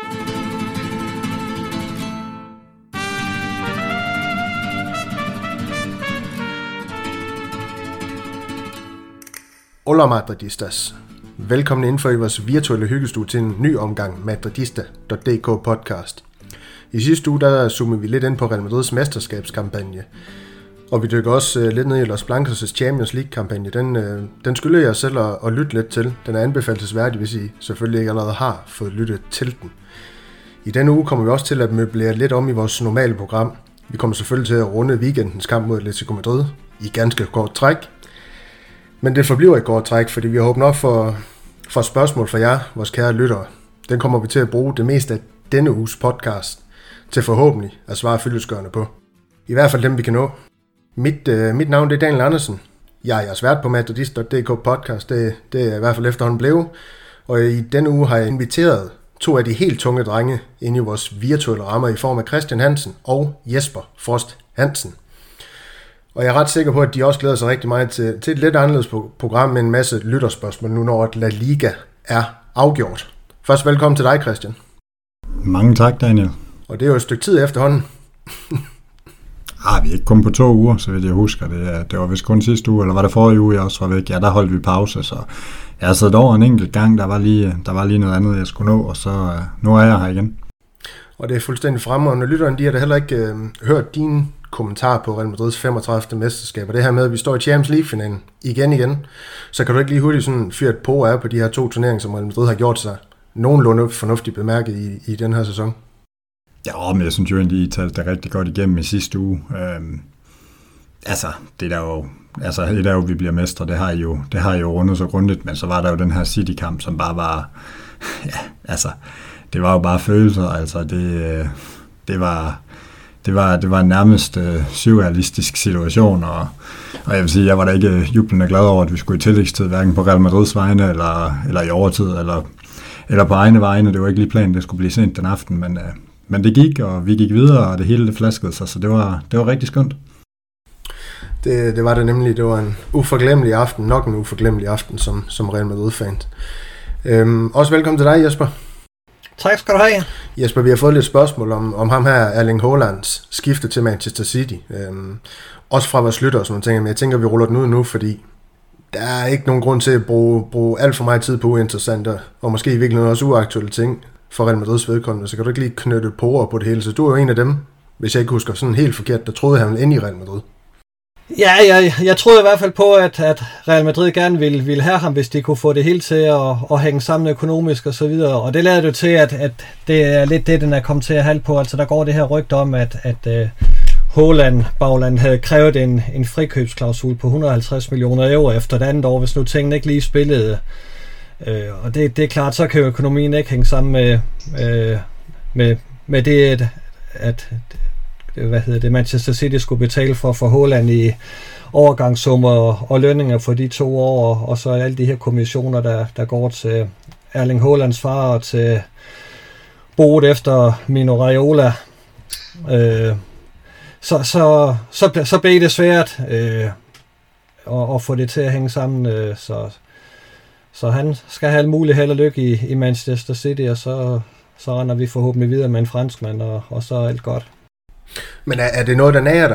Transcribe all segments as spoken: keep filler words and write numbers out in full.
Hola Madridistas. Velkommen indenfor i vores virtuelle hyggestue til en ny omgang Madridista punktum d k podcast. I sidste uge der zoomede vi lidt ind på Real Madrids mesterskabskampagne, og vi dykker også lidt ned i Los Blancos' Champions League-kampagne. Den, den skylder jeg selv at, at lytte lidt til. Den er anbefalesværdig, hvis I selvfølgelig ikke allerede har fået lyttet til den. I denne uge kommer vi også til at møblere lidt om i vores normale program. Vi kommer selvfølgelig til at runde weekendens kamp mod Atletico Madrid i ganske kort træk. Men det forbliver et kort træk, fordi vi har åbnet op for, for spørgsmål fra jer, vores kære lyttere. Den kommer vi til at bruge det meste af denne uges podcast til forhåbentlig at svare fyldestgørende på. I hvert fald dem, vi kan nå. Mit, øh, mit navn det er Daniel Andersen. Jeg er jeres vært på Madridista punktum d k podcast. Det, det er i hvert fald efterhånden blevet. Og i denne uge har jeg inviteret to af de helt tunge drenge ind i vores virtuelle rammer i form af Christian Hansen og Jesper Frost Hansen. Og jeg er ret sikker på, at de også glæder sig rigtig meget til, til et lidt anderledes program med en masse lytterspørgsmål, nu når La Liga er afgjort. Først velkommen til dig, Christian. Mange tak, Daniel. Og det er jo et stykke tid efterhånden. ah, vi er ikke kun på to uger, så vidt jeg husker. Det, det var vist kun sidste uge, eller var det forrige uge, jeg også var væk? Ja, der holdt vi pause, så jeg har siddet over en enkelt gang. Der var lige, der var lige noget andet, jeg skulle nå, og så nu er jeg her igen. Og det er fuldstændig fremragende. Lytterne, de har da heller ikke øh, hørt dine kommentar på Real Madrids femogtredivte mesterskab, og det her med, at vi står i Champions League-finalen igen igen, så kan du ikke lige hurtigt sådan fyre et på af på de her to turneringer, som Real Madrid har gjort sig nogenlunde fornuftigt bemærket i, i den her sæson. Ja, men jeg synes jo egentlig, I talte det rigtig godt igennem i sidste uge. Øhm, altså, det der jo, altså, det der jo, vi bliver mestre, det har I jo, det har I jo rundet så grundigt, men så var der jo den her City-kamp, som bare var, ja, altså, det var jo bare følelser, altså, det, det var... Det var, det var en nærmest øh, surrealistisk situation, og, og jeg vil sige, jeg var da ikke jublende glad over, at vi skulle i tillægstid, hverken på Real Madrids vegne, eller, eller i overtid, eller, eller på egne vegne. Det var ikke lige planen, det skulle blive sent den aften, men, øh, men det gik, og vi gik videre, og det hele det flaskede sig, så det var, det var rigtig skønt. Det, det var det nemlig. Det var en uforglemmelig aften, nok en uforglemmelig aften som, som Real Madrid-fan. Øhm, også velkommen til dig, Jesper. Tak skal du have. Jesper, vi har fået lidt spørgsmål om, om ham her, Erling Haalands skifte til Manchester City. Øhm, også fra vores lyttere, som man tænker, men jeg tænker, vi ruller den ud nu, fordi der er ikke nogen grund til at bruge, bruge alt for meget tid på uinteressante, og måske i virkeligheden også uaktuelle ting for Real Madrids vedkommende. Så kan du ikke lige knytte et på på det hele. Så du er jo en af dem, hvis jeg ikke husker sådan helt forkert, der troede, han ville ind i Real Madrid. Ja, jeg, jeg troede i hvert fald på, at, at Real Madrid gerne ville, ville have ham, hvis de kunne få det hele til at, at hænge sammen økonomisk og så videre. Og det lader jo til, at, at det er lidt det, den er kommet til at halde på. Altså der går det her rygte om, at, at uh, Haaland, Bagland havde krævet en, en frikøbsklausul på et hundrede og halvtreds millioner euro efter det andet år, hvis nu tingene ikke lige spillede. Uh, og det, det er klart, så kan økonomien ikke hænge sammen med, uh, med, med det, at, at hvad hedder det, Manchester City skulle betale for for Haaland i overgangssummer og, og lønninger for de to år, og, og så alle de her kommissioner, der, der går til Erling Haalands far og til boet efter Mino Raiola. Øh, så, så, så, så blev det svært øh, at, at få det til at hænge sammen, øh, så, så han skal have alt muligt held og lykke i, i Manchester City, og så, så render vi forhåbentlig videre med en franskmand, og, og så er alt godt. Men er, er det noget, der nærer dig?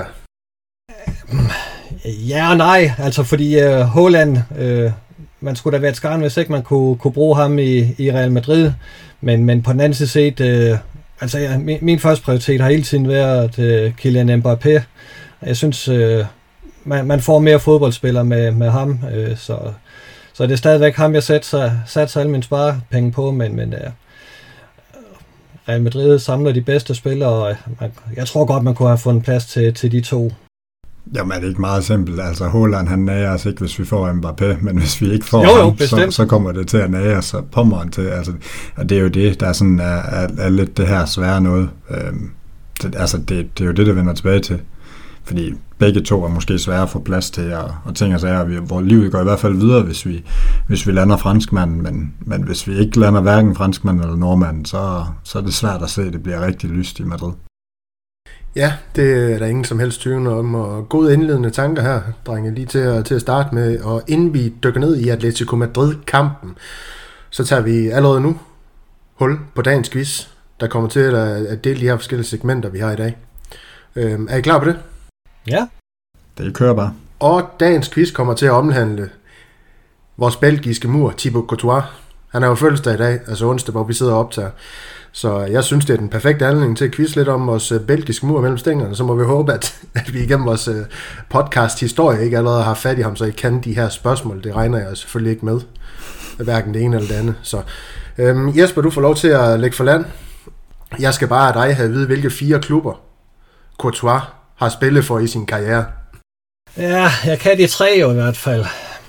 Ja og nej, altså fordi uh, Haaland, uh, man skulle da være et skarn, hvis ikke man kunne, kunne bruge ham i, i Real Madrid, men, men på den anden side set, uh, altså ja, min, min første prioritet har hele tiden været uh, Kylian Mbappé. Jeg synes, uh, man, man får mere fodboldspillere med, med ham, uh, så, så det er stadigvæk ham, jeg sætter sat alle mine sparepenge på, men, men uh, Real Madrid samler de bedste spillere, og man, jeg tror godt, man kunne have fundet plads til, til de to. Jamen er det ikke meget simpelt. Altså Haaland, han nager os ikke, hvis vi får Mbappé, men hvis vi ikke får jo, jo, ham, så, så kommer det til at nage os, og pommeren til. Altså, og det er jo det, der er, sådan, er, er, er lidt det her svære noget. Øhm, det, altså det, det er jo det, der vender tilbage til. Fordi begge to er måske svære at få plads til, og, og ting og sager, hvor livet går i hvert fald videre, hvis vi, hvis vi lander franskmanden, men, men hvis vi ikke lander hverken franskmanden eller nordmanden, så, så er det svært at se, at det bliver rigtig lyst i Madrid. Ja, det er der ingen som helst tvivl om, og gode indledende tanker her, drenge, lige til at, til at starte med, og inden vi dykker ned i Atletico Madrid-kampen, så tager vi allerede nu hul på dagens quiz. der kommer til at, at dele de her forskellige segmenter, vi har i dag. Øh, er I klar på det? Ja. Det kører bare. Og dagens quiz kommer til at omhandle vores belgiske mur, Thibaut Courtois. Han er jo fødselsdag i dag, altså onsdag, hvor vi sidder og optager. Så jeg synes, det er den perfekte anledning til at quizze lidt om vores belgiske mur mellem stængerne. Så må vi håbe, at, at vi igennem vores podcast-historie ikke allerede har fat i ham, så I kan de her spørgsmål. Det regner jeg selvfølgelig ikke med, hverken det ene eller det andet. Så øhm, Jesper, du får lov til at lægge for land. Jeg skal bare af dig have at vide, hvilke fire klubber Courtois har spillet for i sin karriere. Ja, jeg kan de tre jo i hvert fald.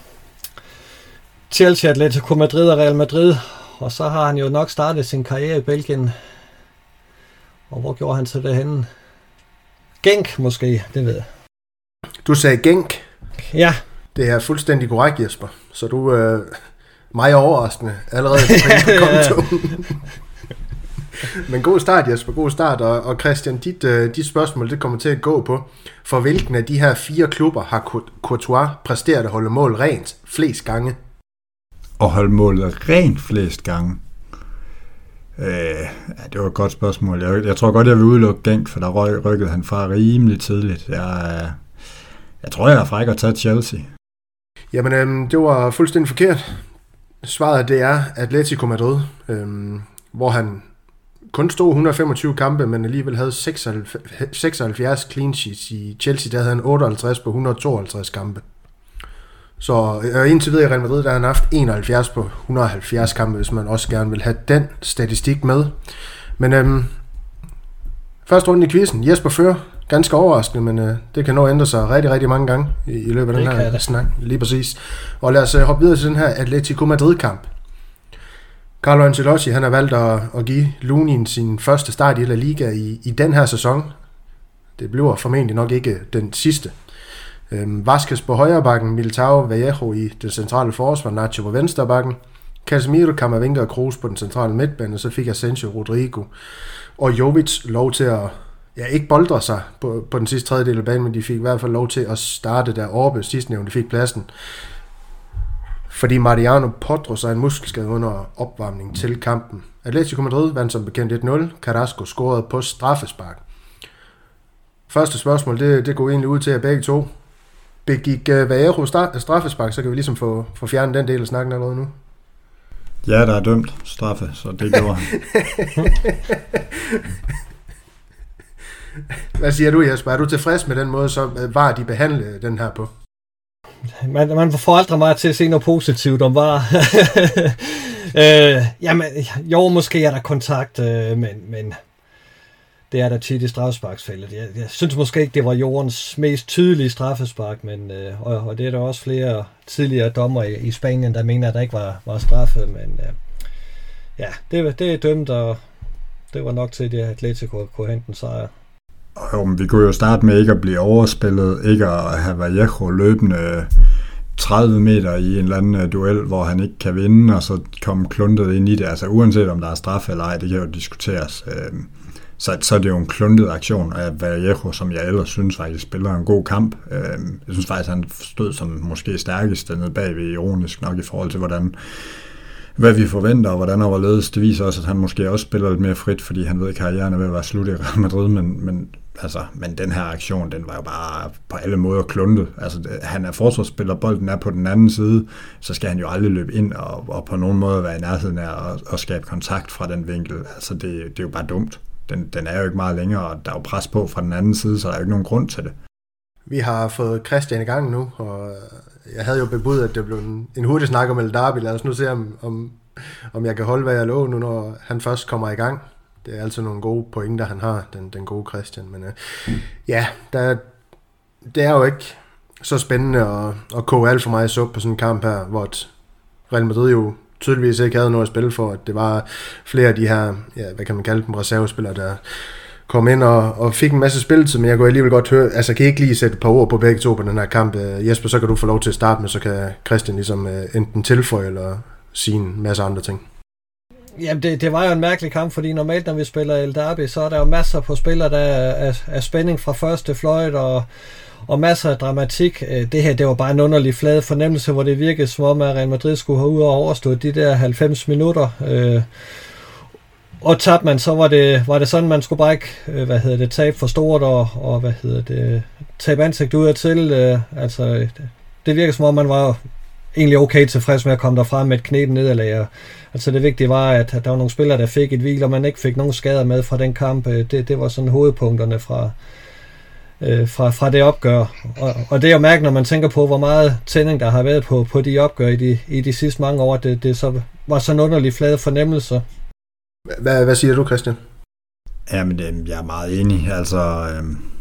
Chelsea, Atletico Madrid og Real Madrid. Og så har han jo nok startet sin karriere i Belgien. Og hvor gjorde han så det henne? Genk måske, det ved jeg. Du sagde Genk. Ja. Det er fuldstændig korrekt, Jesper. Så du er øh, meget overraskende allerede på kontoen. Men god start, Jesper. God start. Og, og Christian, dit, øh, dit spørgsmål det kommer til at gå på, for hvilken af de her fire klubber har Courtois præsteret at holde mål rent flest gange? Og holde målet rent flest gange? Øh, ja, det var et godt spørgsmål. Jeg, jeg tror godt, jeg vil udelukke Genk, for der ryk, rykkede han fra rimelig tidligt. Jeg, jeg tror, jeg er fræk at tage Chelsea. Jamen, øhm, det var fuldstændig forkert. Svaret det er Atletico Madrid, øhm, hvor han kun stod et hundrede og femogtyve kampe, men alligevel havde seksoghalvfjerds clean sheets. I Chelsea der havde han otteoghalvtreds på et hundrede og tooghalvtreds kampe. Så øh, indtil videre i Real Madrid, der har han haft enoghalvfjerds på et hundrede og halvfjerds kampe, hvis man også gerne vil have den statistik med. Men øhm, første runde i quizzen, Jesper fører, ganske overraskende, men øh, det kan nå ændre sig rigtig, rigtig mange gange i, i løbet af den her det. snak. Lige præcis. Og lad os øh, hoppe videre til den her Atletico Madrid-kamp. Carlo Ancelotti, han har valgt at, at give Lunin sin første start i La Liga i, i den her sæson. Det bliver formentlig nok ikke den sidste. Øhm, Vázquez på højre bakken, Militao, Vallejo i det centrale forsvar, Nacho på venstre bakken, Casemiro, Camavinga og Kroos på den centrale midtbane, og så fik Asensio, Rodrigo og Jovic lov til at, ja, ikke boldre sig på, på den sidste tredjedel af banen, men de fik i hvert fald lov til at starte deroppe, sidstnævnte fik pladsen, fordi Mariano pådrog sig en muskelskade under opvarmning til kampen. Atletico Madrid vandt som bekendt et nul, Carrasco scorede på straffespark. Første spørgsmål, det, det går egentlig ud til jer begge to. Begik uh, Vallejo straffespark, så kan vi ligesom få, få fjernet den del af snakken allerede nu. Ja, der er dømt straffe, så det gjorde han. Hvad siger du, Jesper? Er du tilfreds med den måde, så var de behandlede den her på? Man, man får aldrig meget til at se noget positivt om var. øh, jamen, jo, måske er der kontakt, øh, men, men det er der tit i straffesparksfældet. Jeg, jeg synes måske ikke, det var jordens mest tydelige straffespark, men, øh, og, og det er der også flere tidligere dommer i, i Spanien, der mener, at der ikke var, var straffe, men øh, ja, det, det er dømt, og det var nok til, at Atletico kunne hente en sejr. Jo, men vi kunne jo starte med ikke at blive overspillet, ikke at have Vallejo løbende tredive meter i en eller anden duel, hvor han ikke kan vinde, og så komme kluntet ind i det. Altså uanset om der er straf eller ej, det kan jo diskuteres. Så, så er det jo en kluntet aktion af Vallejo, som jeg ellers synes faktisk spiller en god kamp. Jeg synes faktisk, han stod som måske stærkest dernede bagved, ironisk nok i forhold til, hvordan hvad vi forventer, og hvordan overledes. Det viser også, at han måske også spiller lidt mere frit, fordi han ved, at karrieren er ved at være slut i Real Madrid, men, men, altså, men den her aktion, den var jo bare på alle måder kluntet. Altså, det, han er forsvarsspiller, bolden er på den anden side, så skal han jo aldrig løbe ind og, og på nogen måde være i nærheden af og, og skabe kontakt fra den vinkel. Altså, det, det er jo bare dumt. Den, den er jo ikke meget længere, og der er jo pres på fra den anden side, så der er jo ikke nogen grund til det. Vi har fået Christian i gang nu, og jeg havde jo bebudt, at det blev en, en hurtig snak om El Derby. Lad os nu se, om, om, om jeg kan holde, hvad jeg lover nu, når han først kommer i gang. Det er altså nogle gode pointer, han har, den, den gode Christian. Men uh, mm. ja, der, det er jo ikke så spændende at, at koge alt for meget suppe på sådan en kamp her, hvor Real Madrid jo tydeligvis ikke havde noget at spille for. At det var flere af de her, ja, hvad kan man kalde dem, reservespillere, der kom ind og, og fik en masse spilletid, men jeg kunne alligevel godt høre, altså kan I ikke lige sætte et par ord på begge to på den her kamp? Jesper, så kan du få lov til at starte med, så kan Christian ligesom enten tilføje eller sige en masse andre ting. Jamen, det, det var jo en mærkelig kamp, fordi normalt, når vi spiller El Derby, så er der jo masser på spillere, der er, er, er spænding fra første fløjt, og, og masser af dramatik. Det her, det var bare en underlig flad fornemmelse, hvor det virkede som om, at Real Madrid skulle have ud og overstået de der halvfems minutter. Øh, og tabte man, så var det, var det sådan, man skulle brække, øh, hvad hedder det, tab for stort, og, og hvad hedder det, tab ansigt ud af til, øh, altså, det, det virker som om, man var egentlig okay tilfreds med at komme derfra med et knæben nederlag. Altså det vigtige var, at, at der var nogle spillere, der fik et hvil, og man ikke fik nogen skader med fra den kamp. Det, det var sådan hovedpunkterne fra, øh, fra, fra det opgør. Og, og det er jo mærkeligt, når man tænker på, hvor meget tænding der har været på, på de opgør i de, i de sidste mange år. Det, det så, var sådan en underlig flade fornemmelse. Hvad, hvad siger du, Christian? Jamen, jeg er meget enig. Altså, øh,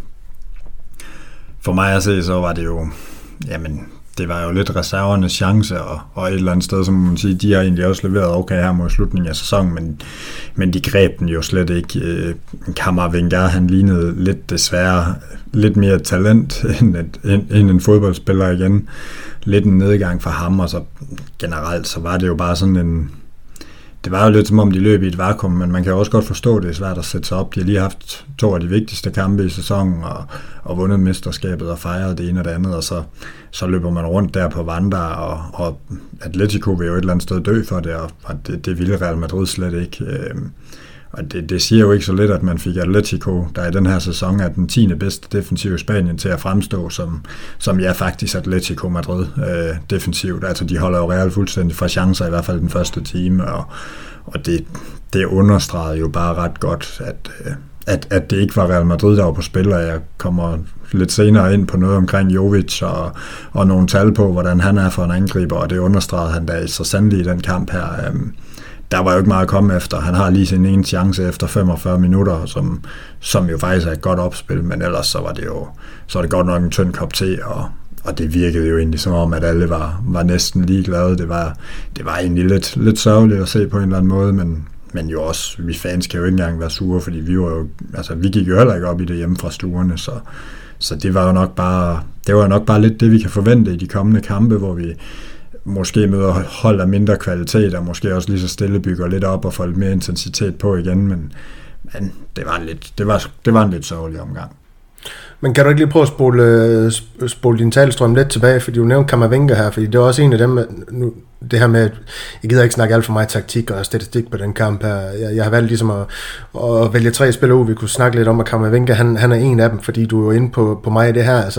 for mig at se, så var det jo, jamen, det var jo lidt reservernes chance, og, og et eller andet sted, som man siger, de har egentlig også leveret okay her mod slutningen af sæsonen, men, men de greb den jo slet ikke. Øh, Kammervenger, han lignede lidt desværre lidt mere talent end, et, end, end en fodboldspiller igen. Lidt en nedgang for ham, og så generelt, så var det jo bare sådan en, det var jo lidt som om de løb i et vakuum, men man kan jo også godt forstå, at det er svært at sætte sig op. De har lige haft to af de vigtigste kampe i sæsonen, og, og vundet mesterskabet og fejret det ene og det andet, og så, så løber man rundt der på Wanda, og, og Atletico vil jo et eller andet sted dø for det, og, og det, det ville Real Madrid slet ikke. Øhm, og det, det siger jo ikke så lidt, at man fik Atletico, der i den her sæson er den tiende bedste defensiv i Spanien, til at fremstå som, som ja, faktisk Atletico Madrid øh, defensivt. Altså de holder jo Real fuldstændig fra chancer, i hvert fald den første time, og, og det, det understregede jo bare ret godt, at, at, at det ikke var Real Madrid, der var på spil, og jeg kommer lidt senere ind på noget omkring Jovic og, og nogle tal på, hvordan han er for en angriber, og det understregede han da så sandelig i den kamp her. Um, der var jo ikke meget at komme efter. Han har lige sin ene chance efter femogfyrre minutter, som, som jo faktisk er et godt opspil, men ellers så var det jo så var det godt nok en tynd kop te, og, og det virkede jo egentlig som om, at alle var, var næsten ligeglade. Det var, det var egentlig lidt, lidt sørgeligt at se på en eller anden måde, men, men jo også, vi fans kan jo ikke engang være sure, fordi vi var jo, altså vi gik jo heller ikke op i det hjemme fra stuerne, så, så det var jo nok bare, det var jo nok bare lidt det, vi kan forvente i de kommende kampe, hvor vi måske møder hold af mindre kvalitet, og måske også lige så stille bygger lidt op og får lidt mere intensitet på igen, men, men det var en lidt, det var, det var en lidt sørgelig omgang. Men kan du ikke lige prøve at spole, spole din talstrøm lidt tilbage, fordi du nævnte Kammervenger her, fordi det var også en af dem, nu, det her med, at jeg gider ikke snakke alt for meget taktik og statistik på den kamp her. Jeg, jeg har valgt ligesom at, at vælge tre spillere ud, vi kunne snakke lidt om, at Kammervenger, han, han er en af dem, fordi du er jo inde på, på mig i det her, altså.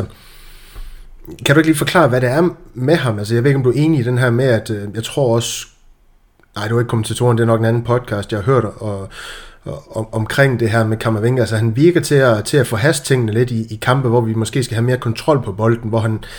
Kan du ikke lige forklare, hvad det er med ham? Altså, jeg ved ikke, om du er enig i den her med, at øh, jeg tror også, nej, du er ikke kommentatoren, det er nok en anden podcast, jeg har hørt og, og, og, omkring det her med Kammervenger. Altså, han virker til at, til at få hast tingene lidt i, i kampe, hvor vi måske skal have mere kontrol på bolden, hvor han,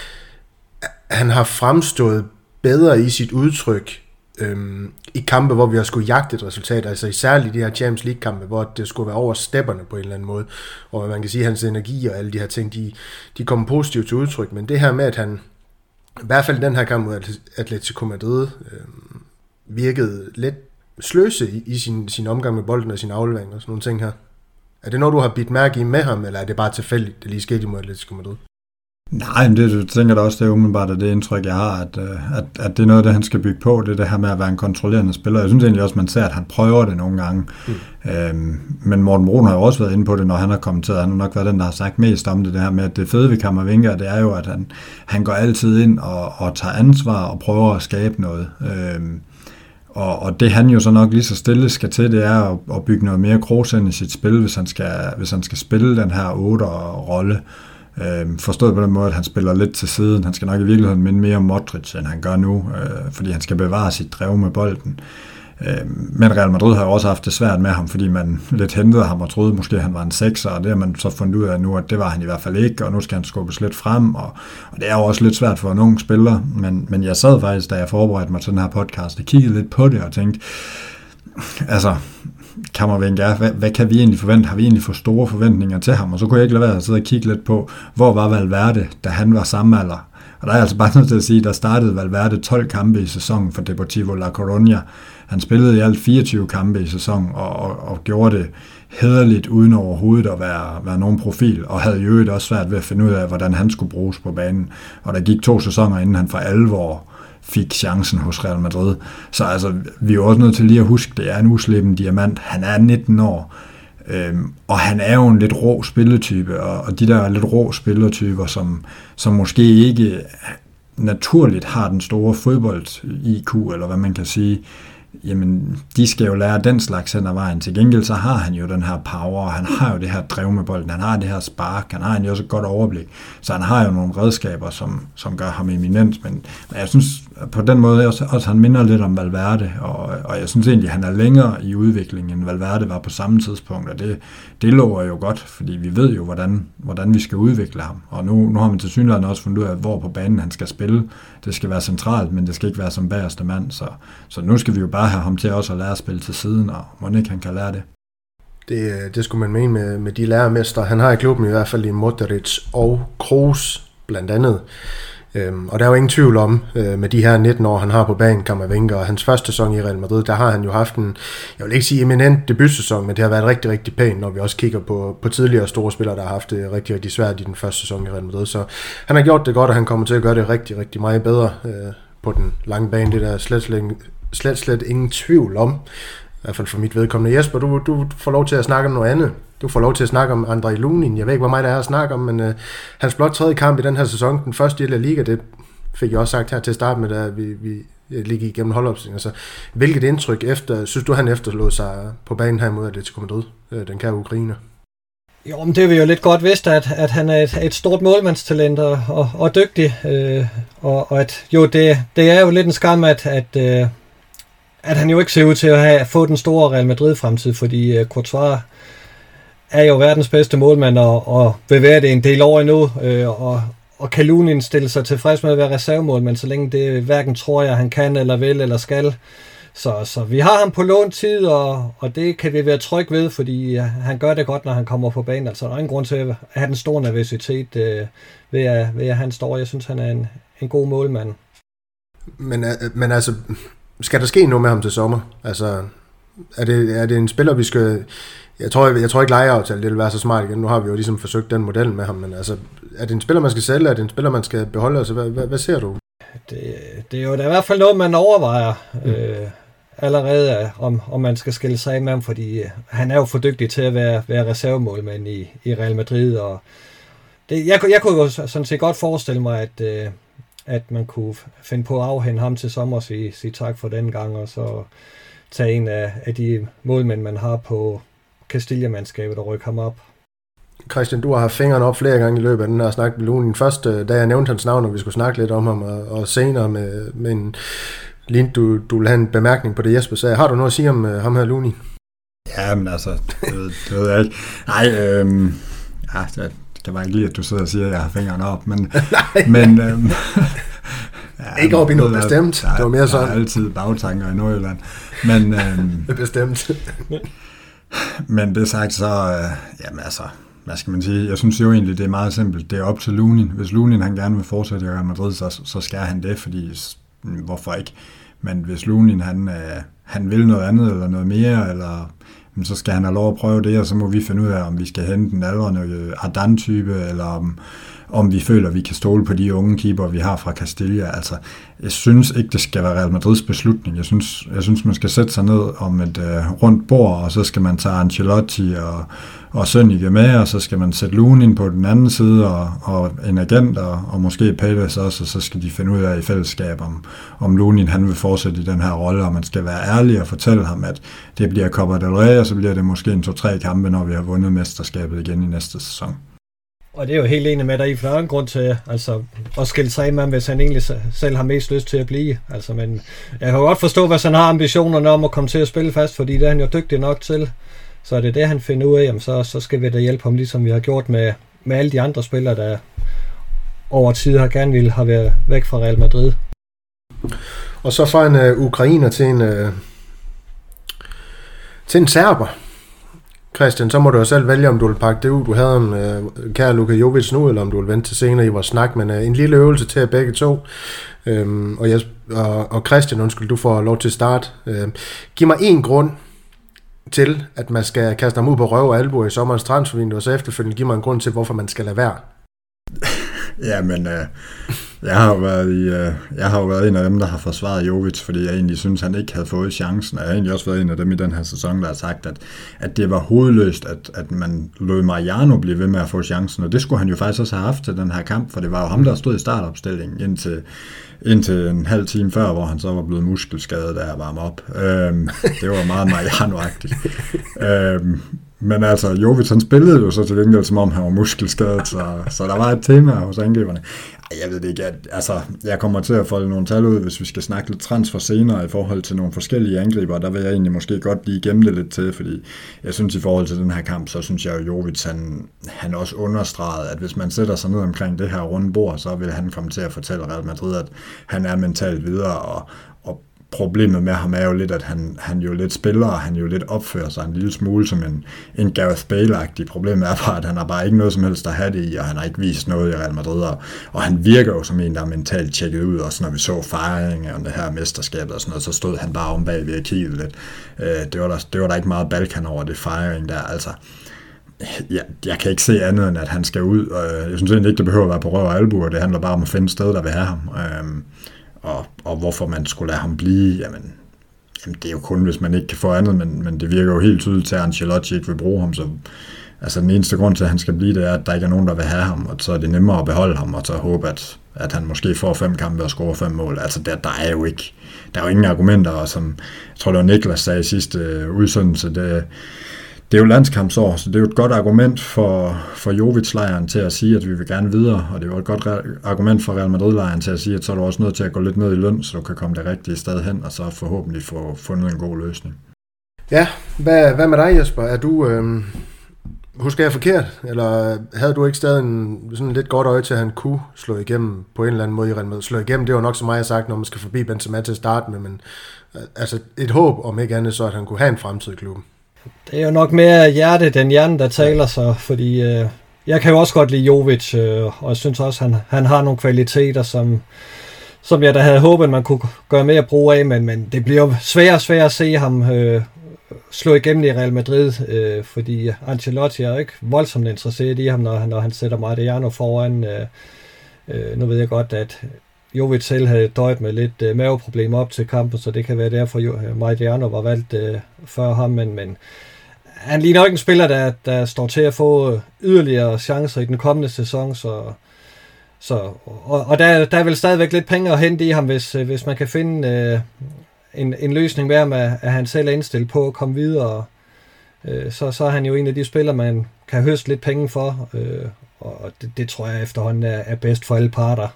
han har fremstået bedre i sit udtryk øhm, i kampe, hvor vi har skulle jagte et resultat, altså især i de her Champions League-kampe, hvor det skulle være over stepperne på en eller anden måde, og man kan sige, at hans energi og alle de her ting, de, de kommer positivt til udtryk, men det her med, at han, i hvert fald den her kamp mod Atletico Madrid, øhm, virkede lidt sløse i, i sin, sin omgang med bolden og sin aflevering og sådan nogle ting her. Er det noget, du har bidt mærke i med ham, eller er det bare tilfældigt, det lige skete mod Atletico Madrid? Nej, men det, du tænker da også, det er umiddelbart det indtryk, jeg har, at, at, at det er noget, det han skal bygge på, det er det her med at være en kontrollerende spiller. Jeg synes egentlig også, man ser, at han prøver det nogle gange. Mm. Øhm, men Morten Brun har jo også været inde på det, når han har kommenteret. Han har nok været den, der har sagt mest om det, det her med, at det fede ved Kammervenger, det er jo, at han, han går altid ind og, og tager ansvar og prøver at skabe noget. Øhm, og, og det han jo så nok lige så stille skal til, det er at, at bygge noget mere krogsind i sit spil, hvis han skal, hvis han skal spille den her otter-rolle. Øh, forstået på den måde, at han spiller lidt til siden. Han skal nok i virkeligheden minde mere om Modric, end han gør nu, øh, fordi han skal bevare sit drev med bolden. Øh, men Real Madrid har jo også haft det svært med ham, fordi man lidt hentede ham og troede måske, at han var en sekser, og det har man så fundet ud af nu, at det var han i hvert fald ikke, og nu skal han skubbes lidt frem, og, og det er jo også lidt svært for en ung spiller, men, men jeg sad faktisk, da jeg forberedte mig til den her podcast, og kiggede lidt på det og tænkte, altså, Kammervenger, hvad, hvad kan vi egentlig forvente? Har vi egentlig for store forventninger til ham? Og så kunne jeg ikke lade være at sidde og kigge lidt på, hvor var Valverde, da han var samme alder? Og der er altså bare nødt til at sige, der startede Valverde tolv kampe i sæsonen for Deportivo La Coruña. Han spillede i alt fireogtyve kampe i sæsonen og, og, og gjorde det hæderligt uden overhovedet at være, være nogen profil, og havde jo øvrigt også svært ved at finde ud af, hvordan han skulle bruges på banen. Og der gik to sæsoner, inden han for alvor fik chancen hos Real Madrid. Så altså, vi er jo også nødt til lige at huske, det er en usleben diamant. Han er nitten år, øhm, og han er jo en lidt rå spilletype, og, og de der lidt rå spilletyper, som, som måske ikke naturligt har den store fodbold-I Q, eller hvad man kan sige, jamen, de skal jo lære den slags hen ad vejen. Til gengæld så har han jo den her power, og han har jo det her drev med bolden, han har det her spark, han har jo også et godt overblik, så han har jo nogle redskaber, som, som gør ham eminent, men, men jeg synes på den måde også, også han minder lidt om Valverde, og, og jeg synes egentlig, han er længere i udviklingen, end Valverde var på samme tidspunkt, og det, det lover jo godt, fordi vi ved jo, hvordan, hvordan vi skal udvikle ham, og nu, nu har man til synligheden også fundet ud af, hvor på banen han skal spille. Det skal være centralt, men det skal ikke være som bagerste mand, så, så nu skal vi jo bare have ham til også at lære at spille til siden, og må ikke han kan lære det. Det, det skulle man mene med, med de lærermester. Han har i klubben i hvert fald i Modric og Kroos blandt andet. Øhm, og der er jo ingen tvivl om, øh, med de her nitten år, han har på banen, Camavinga, og hans første sæson i Real Madrid, der har han jo haft en, jeg vil ikke sige eminent debutsæson, men det har været rigtig, rigtig pænt, når vi også kigger på, på tidligere store spillere, der har haft det rigtig, rigtig svært i den første sæson i Real Madrid. Så han har gjort det godt, og han kommer til at gøre det rigtig, rigtig meget bedre øh, på den lange bane. Det der er slet, slet, slet, slet ingen tvivl om, i hvert fald for mit vedkommende. Jesper, du, du får lov til at snakke om noget andet. Du får lov til at snakke om André Lunin. Jeg ved ikke, hvor meget der er at snakke om, men øh, hans blot tredje kamp i den her sæson, den første i La Liga, det fik jeg også sagt her til at starte med, da vi, vi ligger igennem holdopstillingen. Altså, hvilket indtryk efter, synes du, han efterlod sig på banen her mod Atletico Madrid, øh, den kære ukrainer? Jo, men det er vi jo lidt godt vidst, at, at han er et, et stort målmandstalent og, og, og dygtig. Øh, og, og at jo, det, det er jo lidt en skam, at, at, øh, at han jo ikke ser ud til at have få den store Real Madrid-fremtid, fordi øh, Courtois er jo verdens bedste målmand og, og vil være det en del år endnu, øh, og, og kan Lunin stille sig tilfreds med at være reservemål, men så længe det hverken tror jeg, han kan eller vil eller skal. Så, så vi har ham på lånt tid, og, og det kan vi være trygge ved, fordi han gør det godt, når han kommer på banen. Altså, der er ingen grund til at have den store nervøsitet øh, ved, at, ved at han står. Jeg synes, han er en, en god målmand. Men, men altså, skal der ske noget med ham til sommer? Altså, er det, er det en spiller, vi skal... Jeg tror, jeg, jeg tror ikke lejeaftale, det vil være så smart igen. Nu har vi jo ligesom forsøgt den model med ham, men altså, er det en spiller, man skal sælge? Er det en spiller, man skal beholde? Altså, hvad, hvad, hvad ser du? Det, det er jo da i hvert fald noget, man overvejer mm. øh, allerede, om, om man skal skille sig af med ham, fordi han er jo for dygtig til at være, være reservemålmand i, i Real Madrid. Og det, jeg, jeg kunne jo sådan set godt forestille mig, at, øh, at man kunne finde på at afhænde ham til sommer og sige, sige tak for den gang, og så tage en af, af de målmænd, man har på Castilla-mandskabet og rykke ham op. Christian, du har haft fingrene op flere gange i løbet af den her snak med Lunin. Først, da jeg nævnte hans navn, og vi skulle snakke lidt om ham, og, og senere med, med en link, du, du vil have en bemærkning på det, Jesper sagde. Har du noget at sige om uh, ham her, Lunin? Ja, men altså, det ved, det ved jeg ikke. Nej, øhm, ja, det kan bare ikke lide, at du sidder og siger, at jeg har fingrene op, men... men øhm, ja, ikke op i noget bestemt. Der, det var mere sådan. Der er altid bagtanker i Nordjylland. Men, øhm, bestemt. Men det sagt så, øh, jamen altså, hvad skal man sige, jeg synes jo egentlig, det er meget simpelt. Det er op til Lunin. Hvis Lunin han gerne vil fortsætte i Real Madrid, så, så skal han det, fordi hvorfor ikke? Men hvis Lunin han, øh, han vil noget andet eller noget mere, eller så skal han have lov at prøve det, og så må vi finde ud af, om vi skal hente en aldrende Ardan-type, eller om, om vi føler, at vi kan stole på de unge keeper, vi har fra Castilla. Altså, jeg synes ikke, det skal være Real Madrids beslutning. Jeg synes, jeg synes man skal sætte sig ned om et uh, rundt bord, og så skal man tage Ancelotti og, og Sønneke med, og så skal man sætte Lunin på den anden side, og, og en agent, og, og måske Pérez også, og så skal de finde ud af i fællesskab, om, om Lunin han vil fortsætte i den her rolle, og man skal være ærlig og fortælle ham, at det bliver Copa del Rey, og så bliver det måske en to-tre kampe, når vi har vundet mesterskabet igen i næste sæson. Og det er jo helt enig med dig i, for der er en grund til altså, at skille sig af med ham, hvis han egentlig selv har mest lyst til at blive. Altså, men jeg kan jo godt forstå, hvis han har ambitionerne om at komme til at spille fast, fordi det er han jo dygtig nok til. Så er det det, han finder ud af, jamen, så, så skal vi da hjælpe ham, ligesom vi har gjort med, med alle de andre spillere, der over tid har gerne ville have været væk fra Real Madrid. Og så fra en uh, ukrainer til en, uh, til en serber. Christian, så må du jo selv vælge, om du vil pakke det ud, du havde om uh, kære Luka Jovic nu, eller om du vil vente til senere i vores snak, men uh, en lille øvelse til at begge to. Um, og, jeg, og, og Christian, undskyld, du får lov til at starte. Uh, giv mig en grund til, at man skal kaste ham ud på røv og albuer i sommerens transfervindue, og så efterfølgende giv mig en grund til, hvorfor man skal lade være. Ja, men øh, Jeg har jo været i, øh, jeg har jo været en af dem, der har forsvaret Jovic, fordi jeg egentlig synes, han ikke havde fået chancen. Og jeg har egentlig også været en af dem i den her sæson, der har sagt, at, at det var hovedløst, at, at man lod Mariano blive ved med at få chancen. Og det skulle han jo faktisk også have haft til den her kamp, for det var jo ham, der stod i startopstillingen indtil, indtil en halv time før, hvor han så var blevet muskelskadet, da jeg varme op. Øhm, det var meget Mariano-agtigt. øhm, Men altså, Jovic, han spillede jo så til gengæld, som om han var muskelskadet, så, så der var et tema hos angriberne. Jeg ved det ikke, jeg, altså, jeg kommer til at folde nogle tal ud, hvis vi skal snakke lidt transfer senere i forhold til nogle forskellige angriber, der vil jeg egentlig måske godt lige gemme det lidt til, fordi jeg synes i forhold til den her kamp, så synes jeg jo, Jovic, han, han også understregede, at hvis man sætter sig ned omkring det her runde bord, så vil han komme til at fortælle Real Madrid, at han er mentalt videre, og, og problemet med ham er jo lidt, at han, han jo lidt spiller, og han jo lidt opfører sig en lille smule som en, en Gareth Bale-agtig. Problemet er bare, at han har bare ikke noget som helst at have det i, og han har ikke vist noget i Real Madrid, og, og han virker jo som en, der er mentalt tjekket ud, også når vi så fejringen og det her mesterskab og sådan noget, så stod han bare om bag ved at kigge lidt. Øh, det, var der, det var der ikke meget Balkan over det fejring der, altså. Jeg, jeg kan ikke se andet, end at han skal ud, og jeg synes egentlig ikke, det behøver at være på røv og albuer, det handler bare om at finde et sted, der vil have ham. Øh, Og, og hvorfor man skulle lade ham blive, jamen, jamen det er jo kun, hvis man ikke kan få andet, men, men det virker jo helt tydeligt til, at Ancelotti ikke vil bruge ham, så altså den eneste grund til, at han skal blive, det er, at der ikke er nogen, der vil have ham, og så er det nemmere at beholde ham, og så håbe, at, at han måske får fem kampe og scorer fem mål. Altså der, der er jo ikke, der er jo ingen argumenter, og som jeg tror, det var Niklas sagde i sidste udsendelse, det Det er jo landskampsår, så det er jo et godt argument for, for Jovic-lejren til at sige, at vi vil gerne videre, og det er jo et godt argument for Real Madrid-lejren til at sige, at så er du også nødt til at gå lidt ned i løn, så du kan komme det rigtige sted hen, og så forhåbentlig få fundet en god løsning. Ja, hvad, hvad med dig, Jesper? Er du, øh, husker jeg forkert, eller havde du ikke stadig en, sådan lidt godt øje til, at han kunne slå igennem på en eller anden måde i Real Madrid? Slå igennem, det var nok så meget sagt, når man skal forbi Benzema til at starte med, men altså et håb, om ikke andet, så at han kunne have en fremtid i klubben. Det er jo nok mere hjertet end hjernen, der taler sig, fordi øh, jeg kan jo også godt lide Jovic, øh, og jeg synes også, han, han har nogle kvaliteter, som, som jeg da havde håbet, man kunne gøre mere brug af, men, men det bliver jo sværere og sværere at se ham øh, slå igennem i Real Madrid, øh, fordi Ancelotti er jo ikke voldsomt interesseret i ham, når, når han sætter Mariano foran. Øh, øh, nu ved jeg godt, at Jovic selv havde døjet med lidt øh, maveproblemer op til kampen, så det kan være derfor, at Mariano var valgt øh, før ham, men, men han ligner ikke en spiller, der, der står til at få yderligere chancer i den kommende sæson, så, så, og, og der, der er vel stadigvæk lidt penge at hente i ham, hvis, hvis man kan finde øh, en, en løsning med ham, at han selv er indstillet på at komme videre, øh, så, så er han jo en af de spillere, man kan høste lidt penge for, øh, og det, det tror jeg efterhånden er, er bedst for alle parter.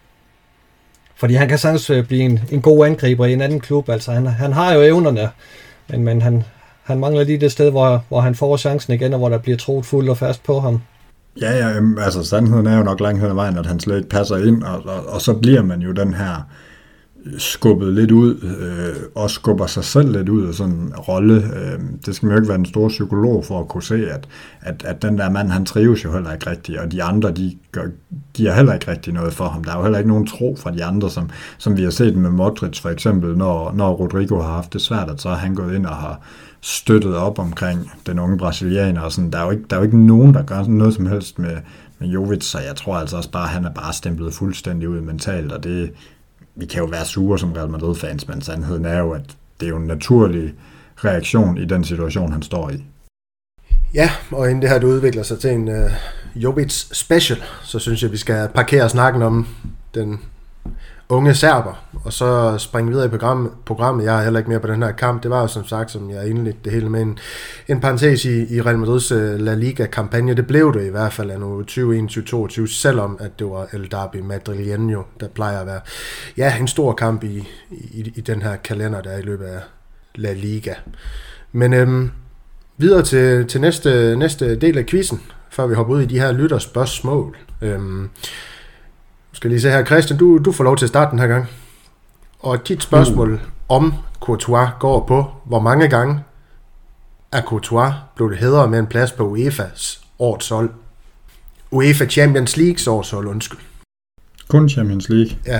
Fordi han kan sagtens blive en, en god angriber i en anden klub. Altså han, han har jo evnerne, men, men han, han mangler lige det sted, hvor, hvor han får chancen igen, og hvor der bliver troet fuldt og fast på ham. Ja, ja, altså sandheden er jo nok langt hen ad vejen, at han slet ikke passer ind, og, og, og så bliver man jo den her skubbet lidt ud, øh, og skubber sig selv lidt ud af sådan en rolle. Øh, det skal man jo ikke være en stor psykolog for at kunne se, at, at, at den der mand, han trives jo heller ikke rigtigt, og de andre, de gør, giver heller ikke rigtig noget for ham. Der er jo heller ikke nogen tro fra de andre, som, som vi har set med Modric for eksempel, når, når Rodrigo har haft det svært, at så har han gået ind og har støttet op omkring den unge brasilianer, og sådan. Der er jo ikke, der er jo ikke nogen, der gør noget som helst med, med Jovic, så jeg tror altså også bare, at han er bare stemplet fuldstændig ud mentalt, og det vi kan jo være sure som Real Madrid-fans, men sandheden er jo, at det er jo en naturlig reaktion i den situation, han står i. Ja, og inden det her det udvikler sig til en uh, Jovic special, så synes jeg, vi skal parkere snakken om den unge serber, og så springe videre i program, programmet. Jeg er heller ikke mere på den her kamp. Det var jo som sagt, som jeg indledte det hele med en, en parentes i, i Real Madrids uh, La Liga-kampagne. Det blev det i hvert fald af nu tyve enogtyve toogtyve, selvom at det var El Derby Madrileño, der plejer at være ja, en stor kamp i, i, i den her kalender, der er i løbet af La Liga. Men øhm, videre til, til næste, næste del af quizzen, før vi hopper ud i de her lytterspørgsmål. Øhm, skal lige se her, Christian, du, du får lov til at starte den her gang. Og dit spørgsmål uh. om Courtois går på, hvor mange gange er Courtois blevet hædret med en plads på U E F A's årets hold. UEFA Champions Leagues årets hold, undskyld. Kun Champions League? Ja.